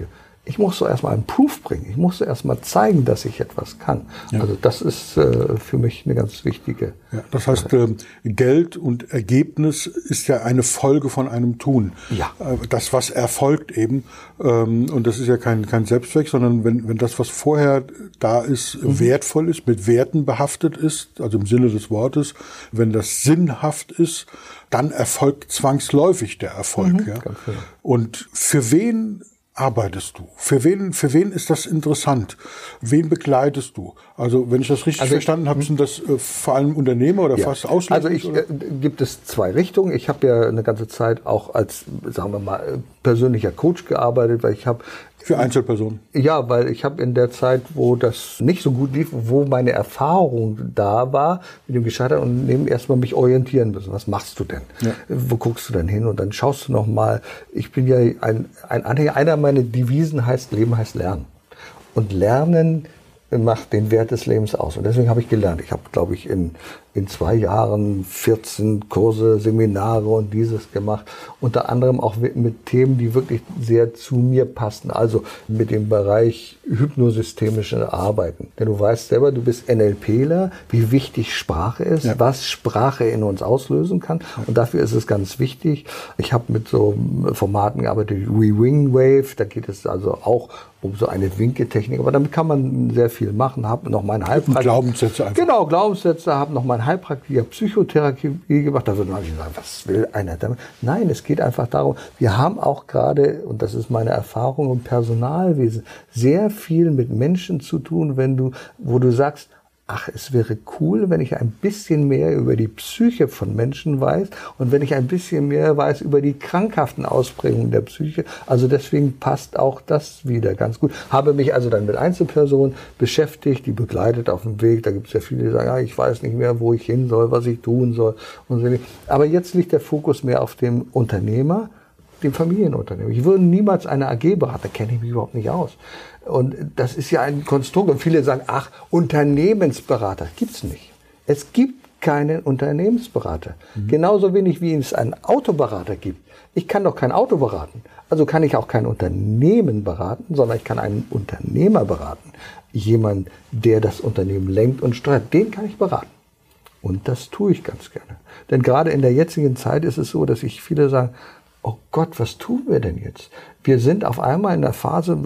ich muss so erstmal einen Proof bringen. Ich muss so erstmal zeigen, dass ich etwas kann. Ja. Also das ist für mich eine ganz wichtige. Ja, das heißt, Geld und Ergebnis ist ja eine Folge von einem Tun. Ja. Das, was erfolgt eben. Und das ist ja kein Selbstzweck, sondern wenn das, was vorher da ist, wertvoll ist, mit Werten behaftet ist, also im Sinne des Wortes, wenn das sinnhaft ist, dann erfolgt zwangsläufig der Erfolg. Ja. Ganz genau. Und für wen arbeitest du? Für wen ist das interessant? Wen begleitest du? Also, wenn ich das richtig verstanden habe, sind das vor allem Unternehmer oder fast ausschließlich? Also gibt es zwei Richtungen. Ich habe ja eine ganze Zeit auch als, sagen wir mal, persönlicher Coach gearbeitet, weil ich habe für Einzelpersonen? Ja, weil ich habe in der Zeit, wo das nicht so gut lief, wo meine Erfahrung da war, mit dem gescheiterten Unternehmen erstmal mich orientieren müssen. Was machst du denn? Ja. Wo guckst du denn hin? Und dann schaust du noch mal. Ich bin ja ein Anhänger. Einer meiner Devisen heißt, Leben heißt Lernen. Und Lernen macht den Wert des Lebens aus. Und deswegen habe ich gelernt. Ich habe, glaube ich, in 2 Jahren 14 Kurse, Seminare und dieses gemacht. Unter anderem auch mit Themen, die wirklich sehr zu mir passten. Also mit dem Bereich hypnosystemische Arbeiten. Denn du weißt selber, du bist NLPler, wie wichtig Sprache ist, was Sprache in uns auslösen kann. Und dafür ist es ganz wichtig. Ich habe mit so Formaten gearbeitet wie Wingwave. Da geht es also auch um so eine Winketechnik. Aber damit kann man sehr viel machen. Habe noch meinen Heilpraktiker. Glaubenssätze einfach. Genau, Glaubenssätze. Habe noch meinen Heilpraktiker Psychotherapie gemacht. Da würde man sagen, was will einer damit? Nein, es geht einfach darum, wir haben auch gerade, und das ist meine Erfahrung im Personalwesen, sehr viel mit Menschen zu tun, wo du sagst, ach, es wäre cool, wenn ich ein bisschen mehr über die Psyche von Menschen weiß und wenn ich ein bisschen mehr weiß über die krankhaften Ausprägungen der Psyche. Also deswegen passt auch das wieder ganz gut. Habe mich also dann mit Einzelpersonen beschäftigt, die begleitet auf dem Weg. Da gibt es ja viele, die sagen, ja, ich weiß nicht mehr, wo ich hin soll, was ich tun soll. Und so. Aber jetzt liegt der Fokus mehr auf dem Unternehmer, dem Familienunternehmen. Ich würde niemals eine AG beraten, da kenne ich mich überhaupt nicht aus. Und das ist ja ein Konstrukt. Und viele sagen, ach, Unternehmensberater. Gibt's nicht. Es gibt keinen Unternehmensberater. Genauso wenig wie es einen Autoberater gibt. Ich kann doch kein Auto beraten. Also kann ich auch kein Unternehmen beraten, sondern ich kann einen Unternehmer beraten. Jemand, der das Unternehmen lenkt und steuert, den kann ich beraten. Und das tue ich ganz gerne. Denn gerade in der jetzigen Zeit ist es so, dass viele sagen, oh Gott, was tun wir denn jetzt? Wir sind auf einmal in der Phase,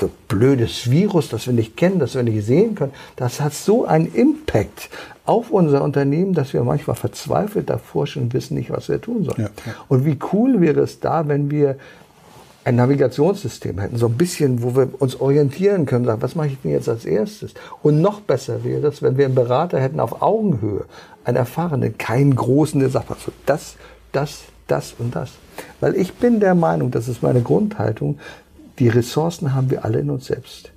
blödes Virus, das wir nicht kennen, das wir nicht sehen können. Das hat so einen Impact auf unser Unternehmen, dass wir manchmal verzweifelt davor schon wissen nicht, was wir tun sollen. Ja. Und wie cool wäre es da, wenn wir ein Navigationssystem hätten, so ein bisschen, wo wir uns orientieren können, sagen, was mache ich denn jetzt als erstes? Und noch besser wäre es, wenn wir einen Berater hätten auf Augenhöhe, einen Erfahrenen, keinen Großen, der sagt, also das und das. Weil ich bin der Meinung, das ist meine Grundhaltung, die Ressourcen haben wir alle in uns selbst.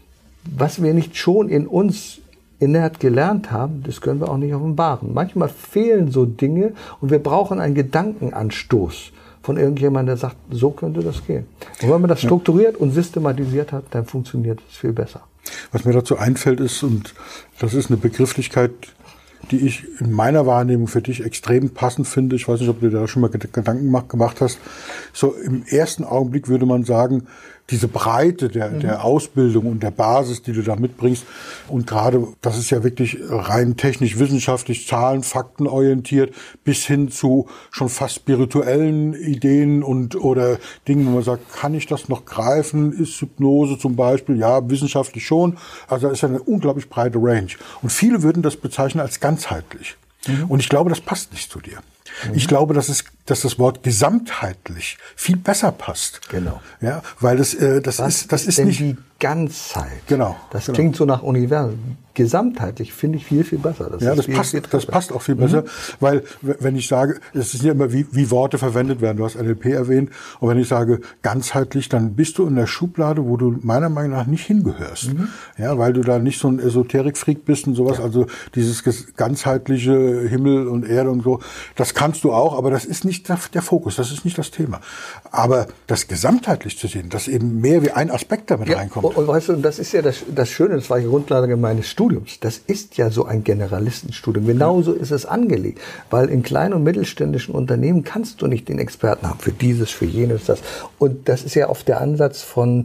Was wir nicht schon in uns innert gelernt haben, das können wir auch nicht offenbaren. Manchmal fehlen so Dinge und wir brauchen einen Gedankenanstoß von irgendjemandem, der sagt, so könnte das gehen. Und wenn man das strukturiert und systematisiert hat, dann funktioniert es viel besser. Was mir dazu einfällt ist, und das ist eine Begrifflichkeit, die ich in meiner Wahrnehmung für dich extrem passend finde. Ich weiß nicht, ob du da schon mal Gedanken gemacht hast. So im ersten Augenblick würde man sagen, diese Breite der Ausbildung und der Basis, die du da mitbringst. Und gerade, das ist ja wirklich rein technisch, wissenschaftlich, Zahlen, Fakten orientiert, bis hin zu schon fast spirituellen Ideen oder Dingen, wo man sagt, kann ich das noch greifen? Ist Hypnose zum Beispiel? Ja, wissenschaftlich schon. Also da ist ja eine unglaublich breite Range. Und viele würden das bezeichnen als ganzheitlich. Und ich glaube, das passt nicht zu dir. Ich glaube, dass das Wort gesamtheitlich viel besser passt. Genau. Ja, weil das ist denn nicht die Ganzheit. Genau. Das klingt so nach Universum. Gesamtheitlich finde ich viel, viel besser. Das passt auch viel besser, weil wenn ich sage, es ist ja immer wie Worte verwendet werden. Du hast NLP erwähnt. Und wenn ich sage ganzheitlich, dann bist du in der Schublade, wo du meiner Meinung nach nicht hingehörst. Ja, weil du da nicht so ein Esoterik-Freak bist und sowas. Ja. Also dieses ganzheitliche Himmel und Erde und so, das kannst du auch, aber das ist nicht der Fokus, das ist nicht das Thema. Aber das gesamtheitlich zu sehen, dass eben mehr wie ein Aspekt damit reinkommt. Und weißt du, das ist ja das Schöne, das war die Grundlage meines Studiums. Das ist ja so ein Generalistenstudium. Genauso ist es angelegt. Weil in kleinen und mittelständischen Unternehmen kannst du nicht den Experten haben für dieses, für jenes, das. Und das ist ja oft der Ansatz von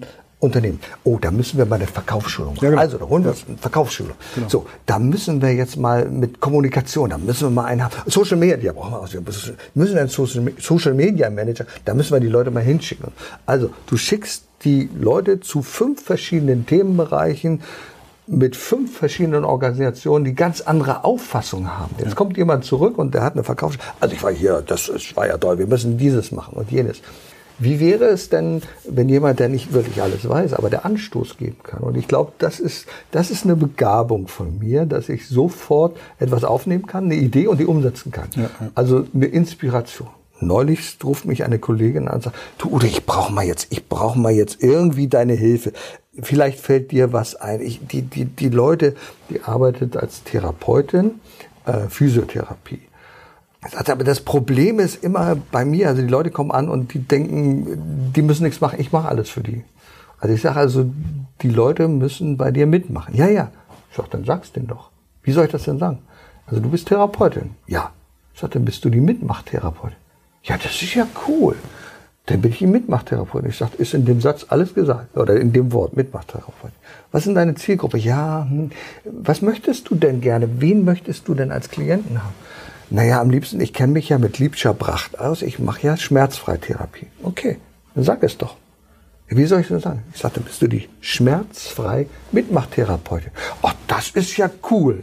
Unternehmen. Oh, da müssen wir mal eine Verkaufsschulung machen. Ja, genau. Also, da holen wir uns eine Verkaufsschulung. Genau. So, da müssen wir jetzt mal mit Kommunikation, da müssen wir mal einen haben. Social Media brauchen wir auch. Wir müssen einen Social Media Manager, da müssen wir die Leute mal hinschicken. Also, du schickst die Leute zu 5 verschiedenen Themenbereichen, mit 5 verschiedenen Organisationen, die ganz andere Auffassungen haben. Jetzt kommt jemand zurück und der hat eine Verkaufsschulung. Also ich war hier, das war ja toll, wir müssen dieses machen und jenes. Wie wäre es denn, wenn jemand, der nicht wirklich alles weiß, aber der Anstoß geben kann? Und ich glaube, das ist eine Begabung von mir, dass ich sofort etwas aufnehmen kann, eine Idee und die umsetzen kann. Ja. Also eine Inspiration. Neulich ruft mich eine Kollegin an und sagt, du Udo, ich brauche mal jetzt irgendwie deine Hilfe. Vielleicht fällt dir was ein. Die Leute, die arbeitet als Therapeutin, Physiotherapie. Aber das Problem ist immer bei mir, also die Leute kommen an und die denken, die müssen nichts machen, ich mache alles für die. Also ich sage also, die Leute müssen bei dir mitmachen. Ja. Ich sage, dann sag's denen doch. Wie soll ich das denn sagen? Also du bist Therapeutin. Ja. Ich sage, dann bist du die Mitmachtherapeutin. Ja, das ist ja cool. Dann bin ich die Mitmachtherapeutin. Ich sage, ist in dem Satz alles gesagt? Oder in dem Wort, Mitmachtherapeutin. Was ist denn deine Zielgruppe? Ja, was möchtest du denn gerne? Wen möchtest du denn als Klienten haben? Naja, am liebsten, ich kenne mich ja mit Liebscher Bracht aus, ich mache ja Schmerzfreitherapie. Okay, dann sag es doch. Wie soll ich das sagen? Ich sagte, bist du die schmerzfrei Mitmachtherapeutin? Oh, das ist ja cool.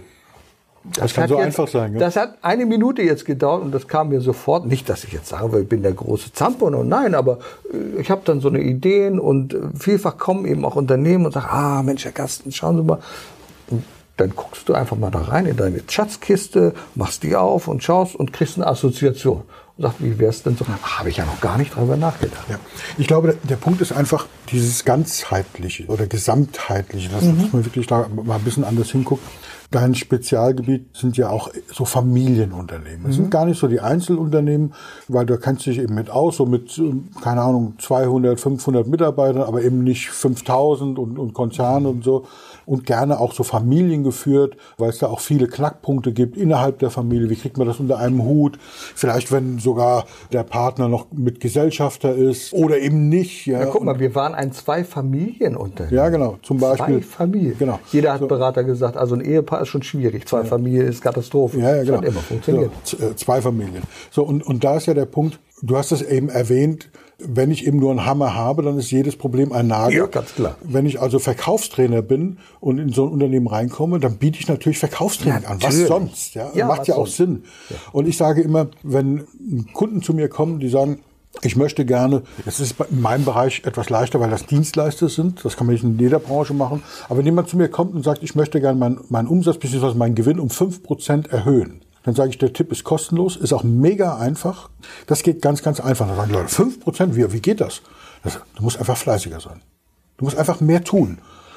Das kann so einfach sein. Das hat 1 Minute jetzt gedauert und das kam mir sofort. Nicht, dass ich jetzt sage, ich bin der große Zampano, nein, aber ich habe dann so eine Ideen und vielfach kommen eben auch Unternehmen und sagen, Mensch, Herr Gasten, schauen Sie mal. Und dann guckst du einfach mal da rein in deine Schatzkiste, machst die auf und schaust und kriegst eine Assoziation. Und sagst, wie wär's denn so? Habe ich ja noch gar nicht drüber nachgedacht. Ja. Ich glaube, der Punkt ist einfach dieses ganzheitliche oder gesamtheitliche, dass man wirklich da mal ein bisschen anders hinguckt. Dein Spezialgebiet sind ja auch so Familienunternehmen. Es sind gar nicht so die Einzelunternehmen, weil da kennst du dich eben mit aus, so mit, keine Ahnung, 200, 500 Mitarbeitern, aber eben nicht 5000 und Konzerne und so. Und gerne auch so Familien geführt, weil es da auch viele Knackpunkte gibt innerhalb der Familie. Wie kriegt man das unter einem Hut? Vielleicht, wenn sogar der Partner noch mit Gesellschafter ist oder eben nicht. Ja, guck mal, wir waren ein 2-Familienunternehmen. Ja, genau. Zum Beispiel. 2 Familien. Genau. Jeder hat Berater gesagt, also ein Ehepaar ist schon schwierig. 2 Familien ist Katastrophe. Ja, genau. Das hat immer funktioniert. So, 2 Familien. So, und da ist ja der Punkt, du hast es eben erwähnt, wenn ich eben nur einen Hammer habe, dann ist jedes Problem ein Nagel. Ja, ganz klar. Wenn ich also Verkaufstrainer bin und in so ein Unternehmen reinkomme, dann biete ich natürlich Verkaufstraining an. Was sonst? Ja, macht ja auch Sinn. Ja. Und ich sage immer, wenn Kunden zu mir kommen, die sagen, ich möchte gerne, das ist in meinem Bereich etwas leichter, weil das Dienstleister sind, das kann man nicht in jeder Branche machen, aber wenn jemand zu mir kommt und sagt, ich möchte gerne meinen Umsatz bzw. meinen Gewinn um 5% erhöhen, dann sage ich, der Tipp ist kostenlos, ist auch mega einfach. Das geht ganz, ganz einfach. Da sagen die Leute, 5%, wie geht das? Du musst einfach fleißiger sein. Du musst einfach mehr tun.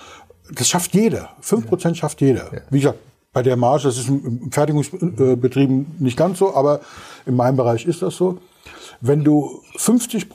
Das schafft jeder. 5% schafft jeder. Ja. Wie gesagt, bei der Marge, das ist im Fertigungsbetrieben nicht ganz so, aber in meinem Bereich ist das so. Wenn du 50%,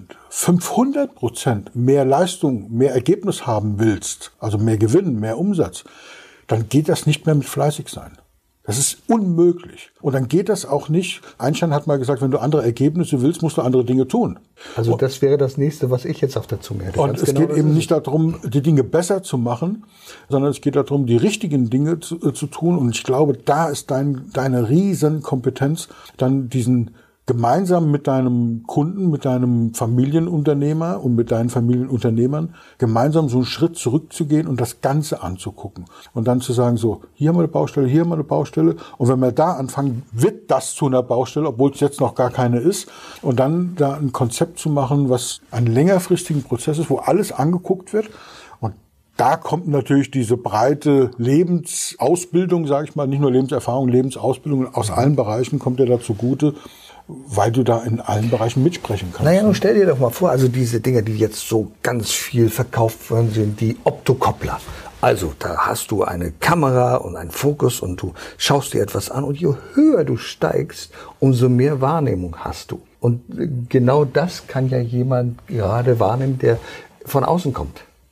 500% mehr Leistung, mehr Ergebnis haben willst, also mehr Gewinn, mehr Umsatz, dann geht das nicht mehr mit fleißig sein. Das ist unmöglich. Und dann geht das auch nicht. Einstein hat mal gesagt, wenn du andere Ergebnisse willst, musst du andere Dinge tun. Also das wäre das Nächste, was ich jetzt auf der Zunge hätte. Und es geht eben nicht darum, die Dinge besser zu machen, sondern es geht darum, die richtigen Dinge zu tun. Und ich glaube, da ist deine Riesenkompetenz, dann diesen gemeinsam mit deinem Kunden, mit deinem Familienunternehmer und mit deinen Familienunternehmern gemeinsam so einen Schritt zurückzugehen und das Ganze anzugucken. Und dann zu sagen, so, hier haben wir eine Baustelle, hier haben wir eine Baustelle. Und wenn wir da anfangen, wird das zu einer Baustelle, obwohl es jetzt noch gar keine ist. Und dann da ein Konzept zu machen, was einen längerfristigen Prozess ist, wo alles angeguckt wird. Und da kommt natürlich diese breite Lebensausbildung, sage ich mal, nicht nur Lebenserfahrung, Lebensausbildung aus allen Bereichen kommt dir da zugute, weil du da in allen Bereichen mitsprechen kannst. Naja, nun stell dir doch mal vor, also diese Dinge, die jetzt so ganz viel verkauft werden, sind die Optokoppler. Also da hast du eine Kamera und einen Fokus und du schaust dir etwas an und je höher du steigst, umso mehr Wahrnehmung hast du. Und genau das kann ja jemand gerade wahrnehmen, der von außen kommt.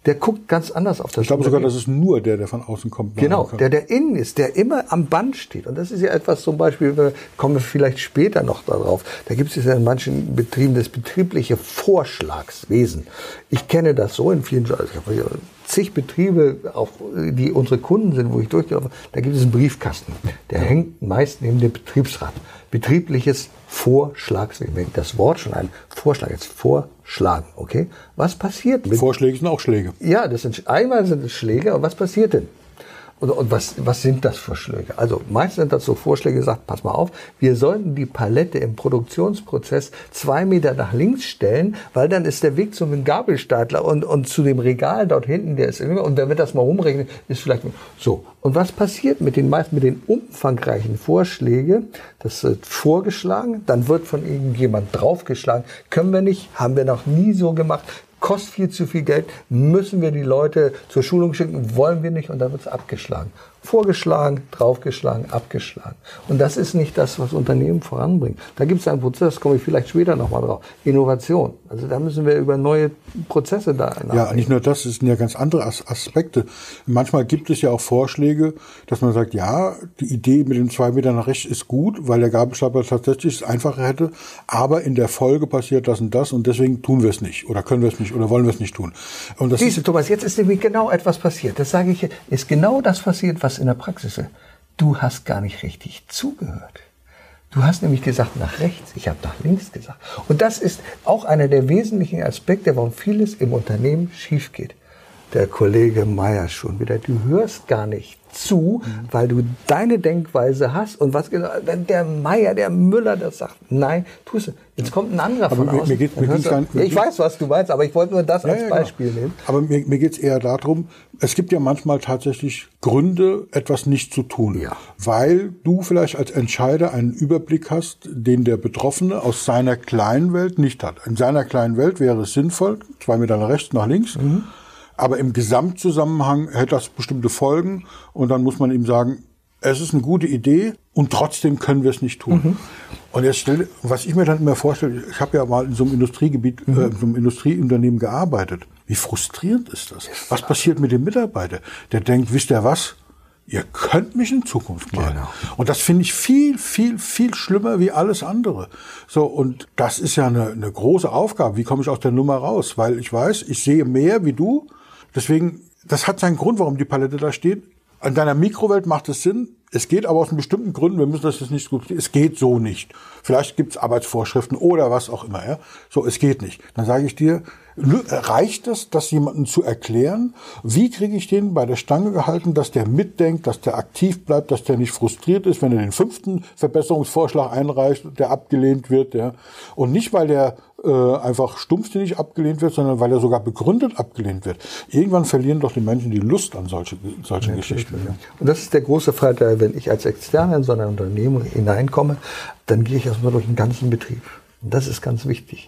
Der guckt ganz anders auf das. Ich glaube sogar, das ist nur der von außen kommt. Genau, der innen ist, der immer am Band steht. Und das ist ja etwas zum Beispiel, kommen wir vielleicht später noch darauf. Da gibt es ja in manchen Betrieben das betriebliche Vorschlagswesen. Ich kenne das so in vielen, also ich habe hier zig Betriebe, auch die unsere Kunden sind, wo ich durchgelaufen bin, da gibt es einen Briefkasten. Der hängt meist neben dem Betriebsrat. Betriebliches Vorschlagswesen. Wenn das Wort schon ein Vorschlag ist, vorschlagen, okay? Was passiert mit... Vorschläge sind auch Schläge. Ja, einmal sind es Schläge, aber was passiert denn? Und was sind das für Schläge? Also meistens sind das so Vorschläge, gesagt, pass mal auf, wir sollten die Palette im Produktionsprozess 2 Meter nach links stellen, weil dann ist der Weg zum Gabelstapler und zu dem Regal dort hinten, der ist immer, und wenn wir das mal rumrechnen, ist vielleicht so. Und was passiert mit den umfangreichen Vorschlägen? Das wird vorgeschlagen, dann wird von irgendjemand draufgeschlagen. Können wir nicht, haben wir noch nie so gemacht. Kostet viel zu viel Geld, müssen wir die Leute zur Schulung schicken, wollen wir nicht, und dann wird es abgeschlagen. Vorgeschlagen, draufgeschlagen, abgeschlagen. Und das ist nicht das, was Unternehmen voranbringt. Da gibt es einen Prozess, komme ich vielleicht später nochmal drauf. Innovation. Also da müssen wir über neue Prozesse da nachdenken. Ja, nicht nur das, es sind ja ganz andere Aspekte. Manchmal gibt es ja auch Vorschläge, dass man sagt, ja, die Idee mit den 2 Metern nach rechts ist gut, weil der Gabelstapler tatsächlich es einfacher hätte, aber in der Folge passiert das und deswegen tun wir es nicht oder können wir es nicht oder wollen wir es nicht tun. Und das Siehst du, Thomas, jetzt ist nämlich genau etwas passiert. Das sage ich, ist genau das passiert, was in der Praxis ist. Du hast gar nicht richtig zugehört. Du hast nämlich gesagt nach rechts, ich habe nach links gesagt. Und das ist auch einer der wesentlichen Aspekte, warum vieles im Unternehmen schief geht. Der Kollege Meier schon wieder, du hörst gar nicht zu, weil du deine Denkweise hast und was genau, wenn der Meier, der Müller das sagt, nein, tust du. Jetzt kommt ein anderer von außen. Ich weiß, was du meinst, aber ich wollte nur das als Beispiel nehmen. Aber mir geht es eher darum, es gibt ja manchmal tatsächlich Gründe, etwas nicht zu tun, weil du vielleicht als Entscheider einen Überblick hast, den der Betroffene aus seiner kleinen Welt nicht hat. In seiner kleinen Welt wäre es sinnvoll, 2 Meter nach rechts, nach links, aber im Gesamtzusammenhang hätte das bestimmte Folgen und dann muss man ihm sagen, es ist eine gute Idee und trotzdem können wir es nicht tun. Und jetzt was ich mir dann immer vorstelle, ich habe ja mal in so einem Industriegebiet, in so einem Industrieunternehmen gearbeitet. Wie frustrierend ist das? Was passiert mit dem Mitarbeiter? Der denkt, wisst ihr was? Ihr könnt mich in Zukunft mal. Genau. Und das finde ich viel, viel, viel schlimmer wie alles andere. So, und das ist ja eine große Aufgabe. Wie komme ich aus der Nummer raus? Weil ich weiß, ich sehe mehr wie du. Deswegen, das hat seinen Grund, warum die Palette da steht. In deiner Mikrowelt macht es Sinn. Es geht aber aus bestimmten Gründen, wir müssen das jetzt nicht diskutieren, es geht so nicht. Vielleicht gibt es Arbeitsvorschriften oder was auch immer. Ja? So, es geht nicht. Dann sage ich dir, reicht es, das jemandem zu erklären? Wie kriege ich den bei der Stange gehalten, dass der mitdenkt, dass der aktiv bleibt, dass der nicht frustriert ist, wenn er den 5. Verbesserungsvorschlag einreicht, der abgelehnt wird. Ja? Und nicht, weil der einfach stumpfsinnig abgelehnt wird, sondern weil er sogar begründet abgelehnt wird. Irgendwann verlieren doch die Menschen die Lust an solchen Geschichten. Ja. Und das ist der große Vorteil, wenn ich als Externer in so ein Unternehmen hineinkomme, dann gehe ich erstmal durch den ganzen Betrieb. Und das ist ganz wichtig.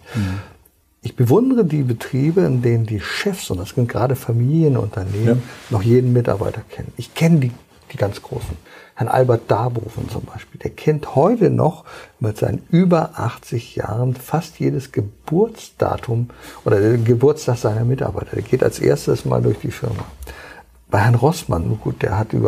Ich bewundere die Betriebe, in denen die Chefs, und das sind gerade Familienunternehmen, noch jeden Mitarbeiter kennen. Ich kenne die ganz Großen. Herrn Albert Darboven zum Beispiel, der kennt heute noch mit seinen über 80 Jahren fast jedes Geburtsdatum oder den Geburtstag seiner Mitarbeiter. Der geht als erstes mal durch die Firma. Bei Herrn Rossmann, nun gut, der hat über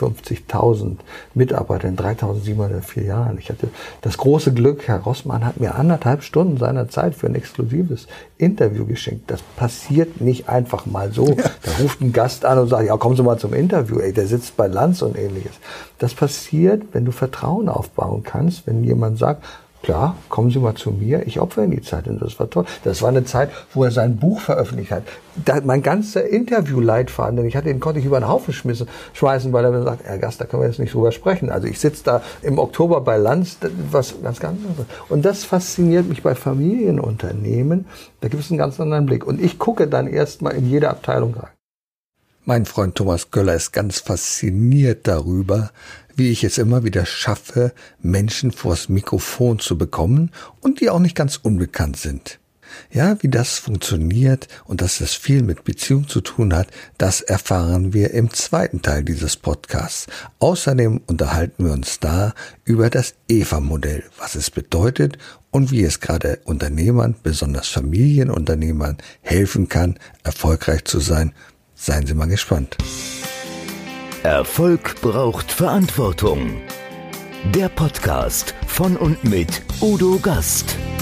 55.000 Mitarbeiter in 3.700 Filialen. Ich hatte das große Glück, Herr Rossmann hat mir 1,5 Stunden seiner Zeit für ein exklusives Interview geschenkt. Das passiert nicht einfach mal so. Ja. Da ruft ein Gast an und sagt, ja, kommen Sie mal zum Interview. Ey, der sitzt bei Lanz und ähnliches. Das passiert, wenn du Vertrauen aufbauen kannst, wenn jemand sagt, klar, kommen Sie mal zu mir, ich opfere Ihnen die Zeit. Und das war toll. Das war eine Zeit, wo er sein Buch veröffentlicht hat. Mein ganzer Interviewleitfaden, den konnte ich über den Haufen schmeißen, weil er mir sagt, Herr Gast, da können wir jetzt nicht drüber sprechen. Also ich sitze da im Oktober bei Lanz, was ganz anderes. Und das fasziniert mich bei Familienunternehmen. Da gibt es einen ganz anderen Blick. Und ich gucke dann erstmal in jede Abteilung rein. Mein Freund Thomas Göller ist ganz fasziniert darüber, wie ich es immer wieder schaffe, Menschen vors Mikrofon zu bekommen und die auch nicht ganz unbekannt sind. Ja, wie das funktioniert und dass es viel mit Beziehung zu tun hat, das erfahren wir im zweiten Teil dieses Podcasts. Außerdem unterhalten wir uns da über das EVA-Modell, was es bedeutet und wie es gerade Unternehmern, besonders Familienunternehmern, helfen kann, erfolgreich zu sein. Seien Sie mal gespannt. Erfolg braucht Verantwortung. Der Podcast von und mit Udo Gast.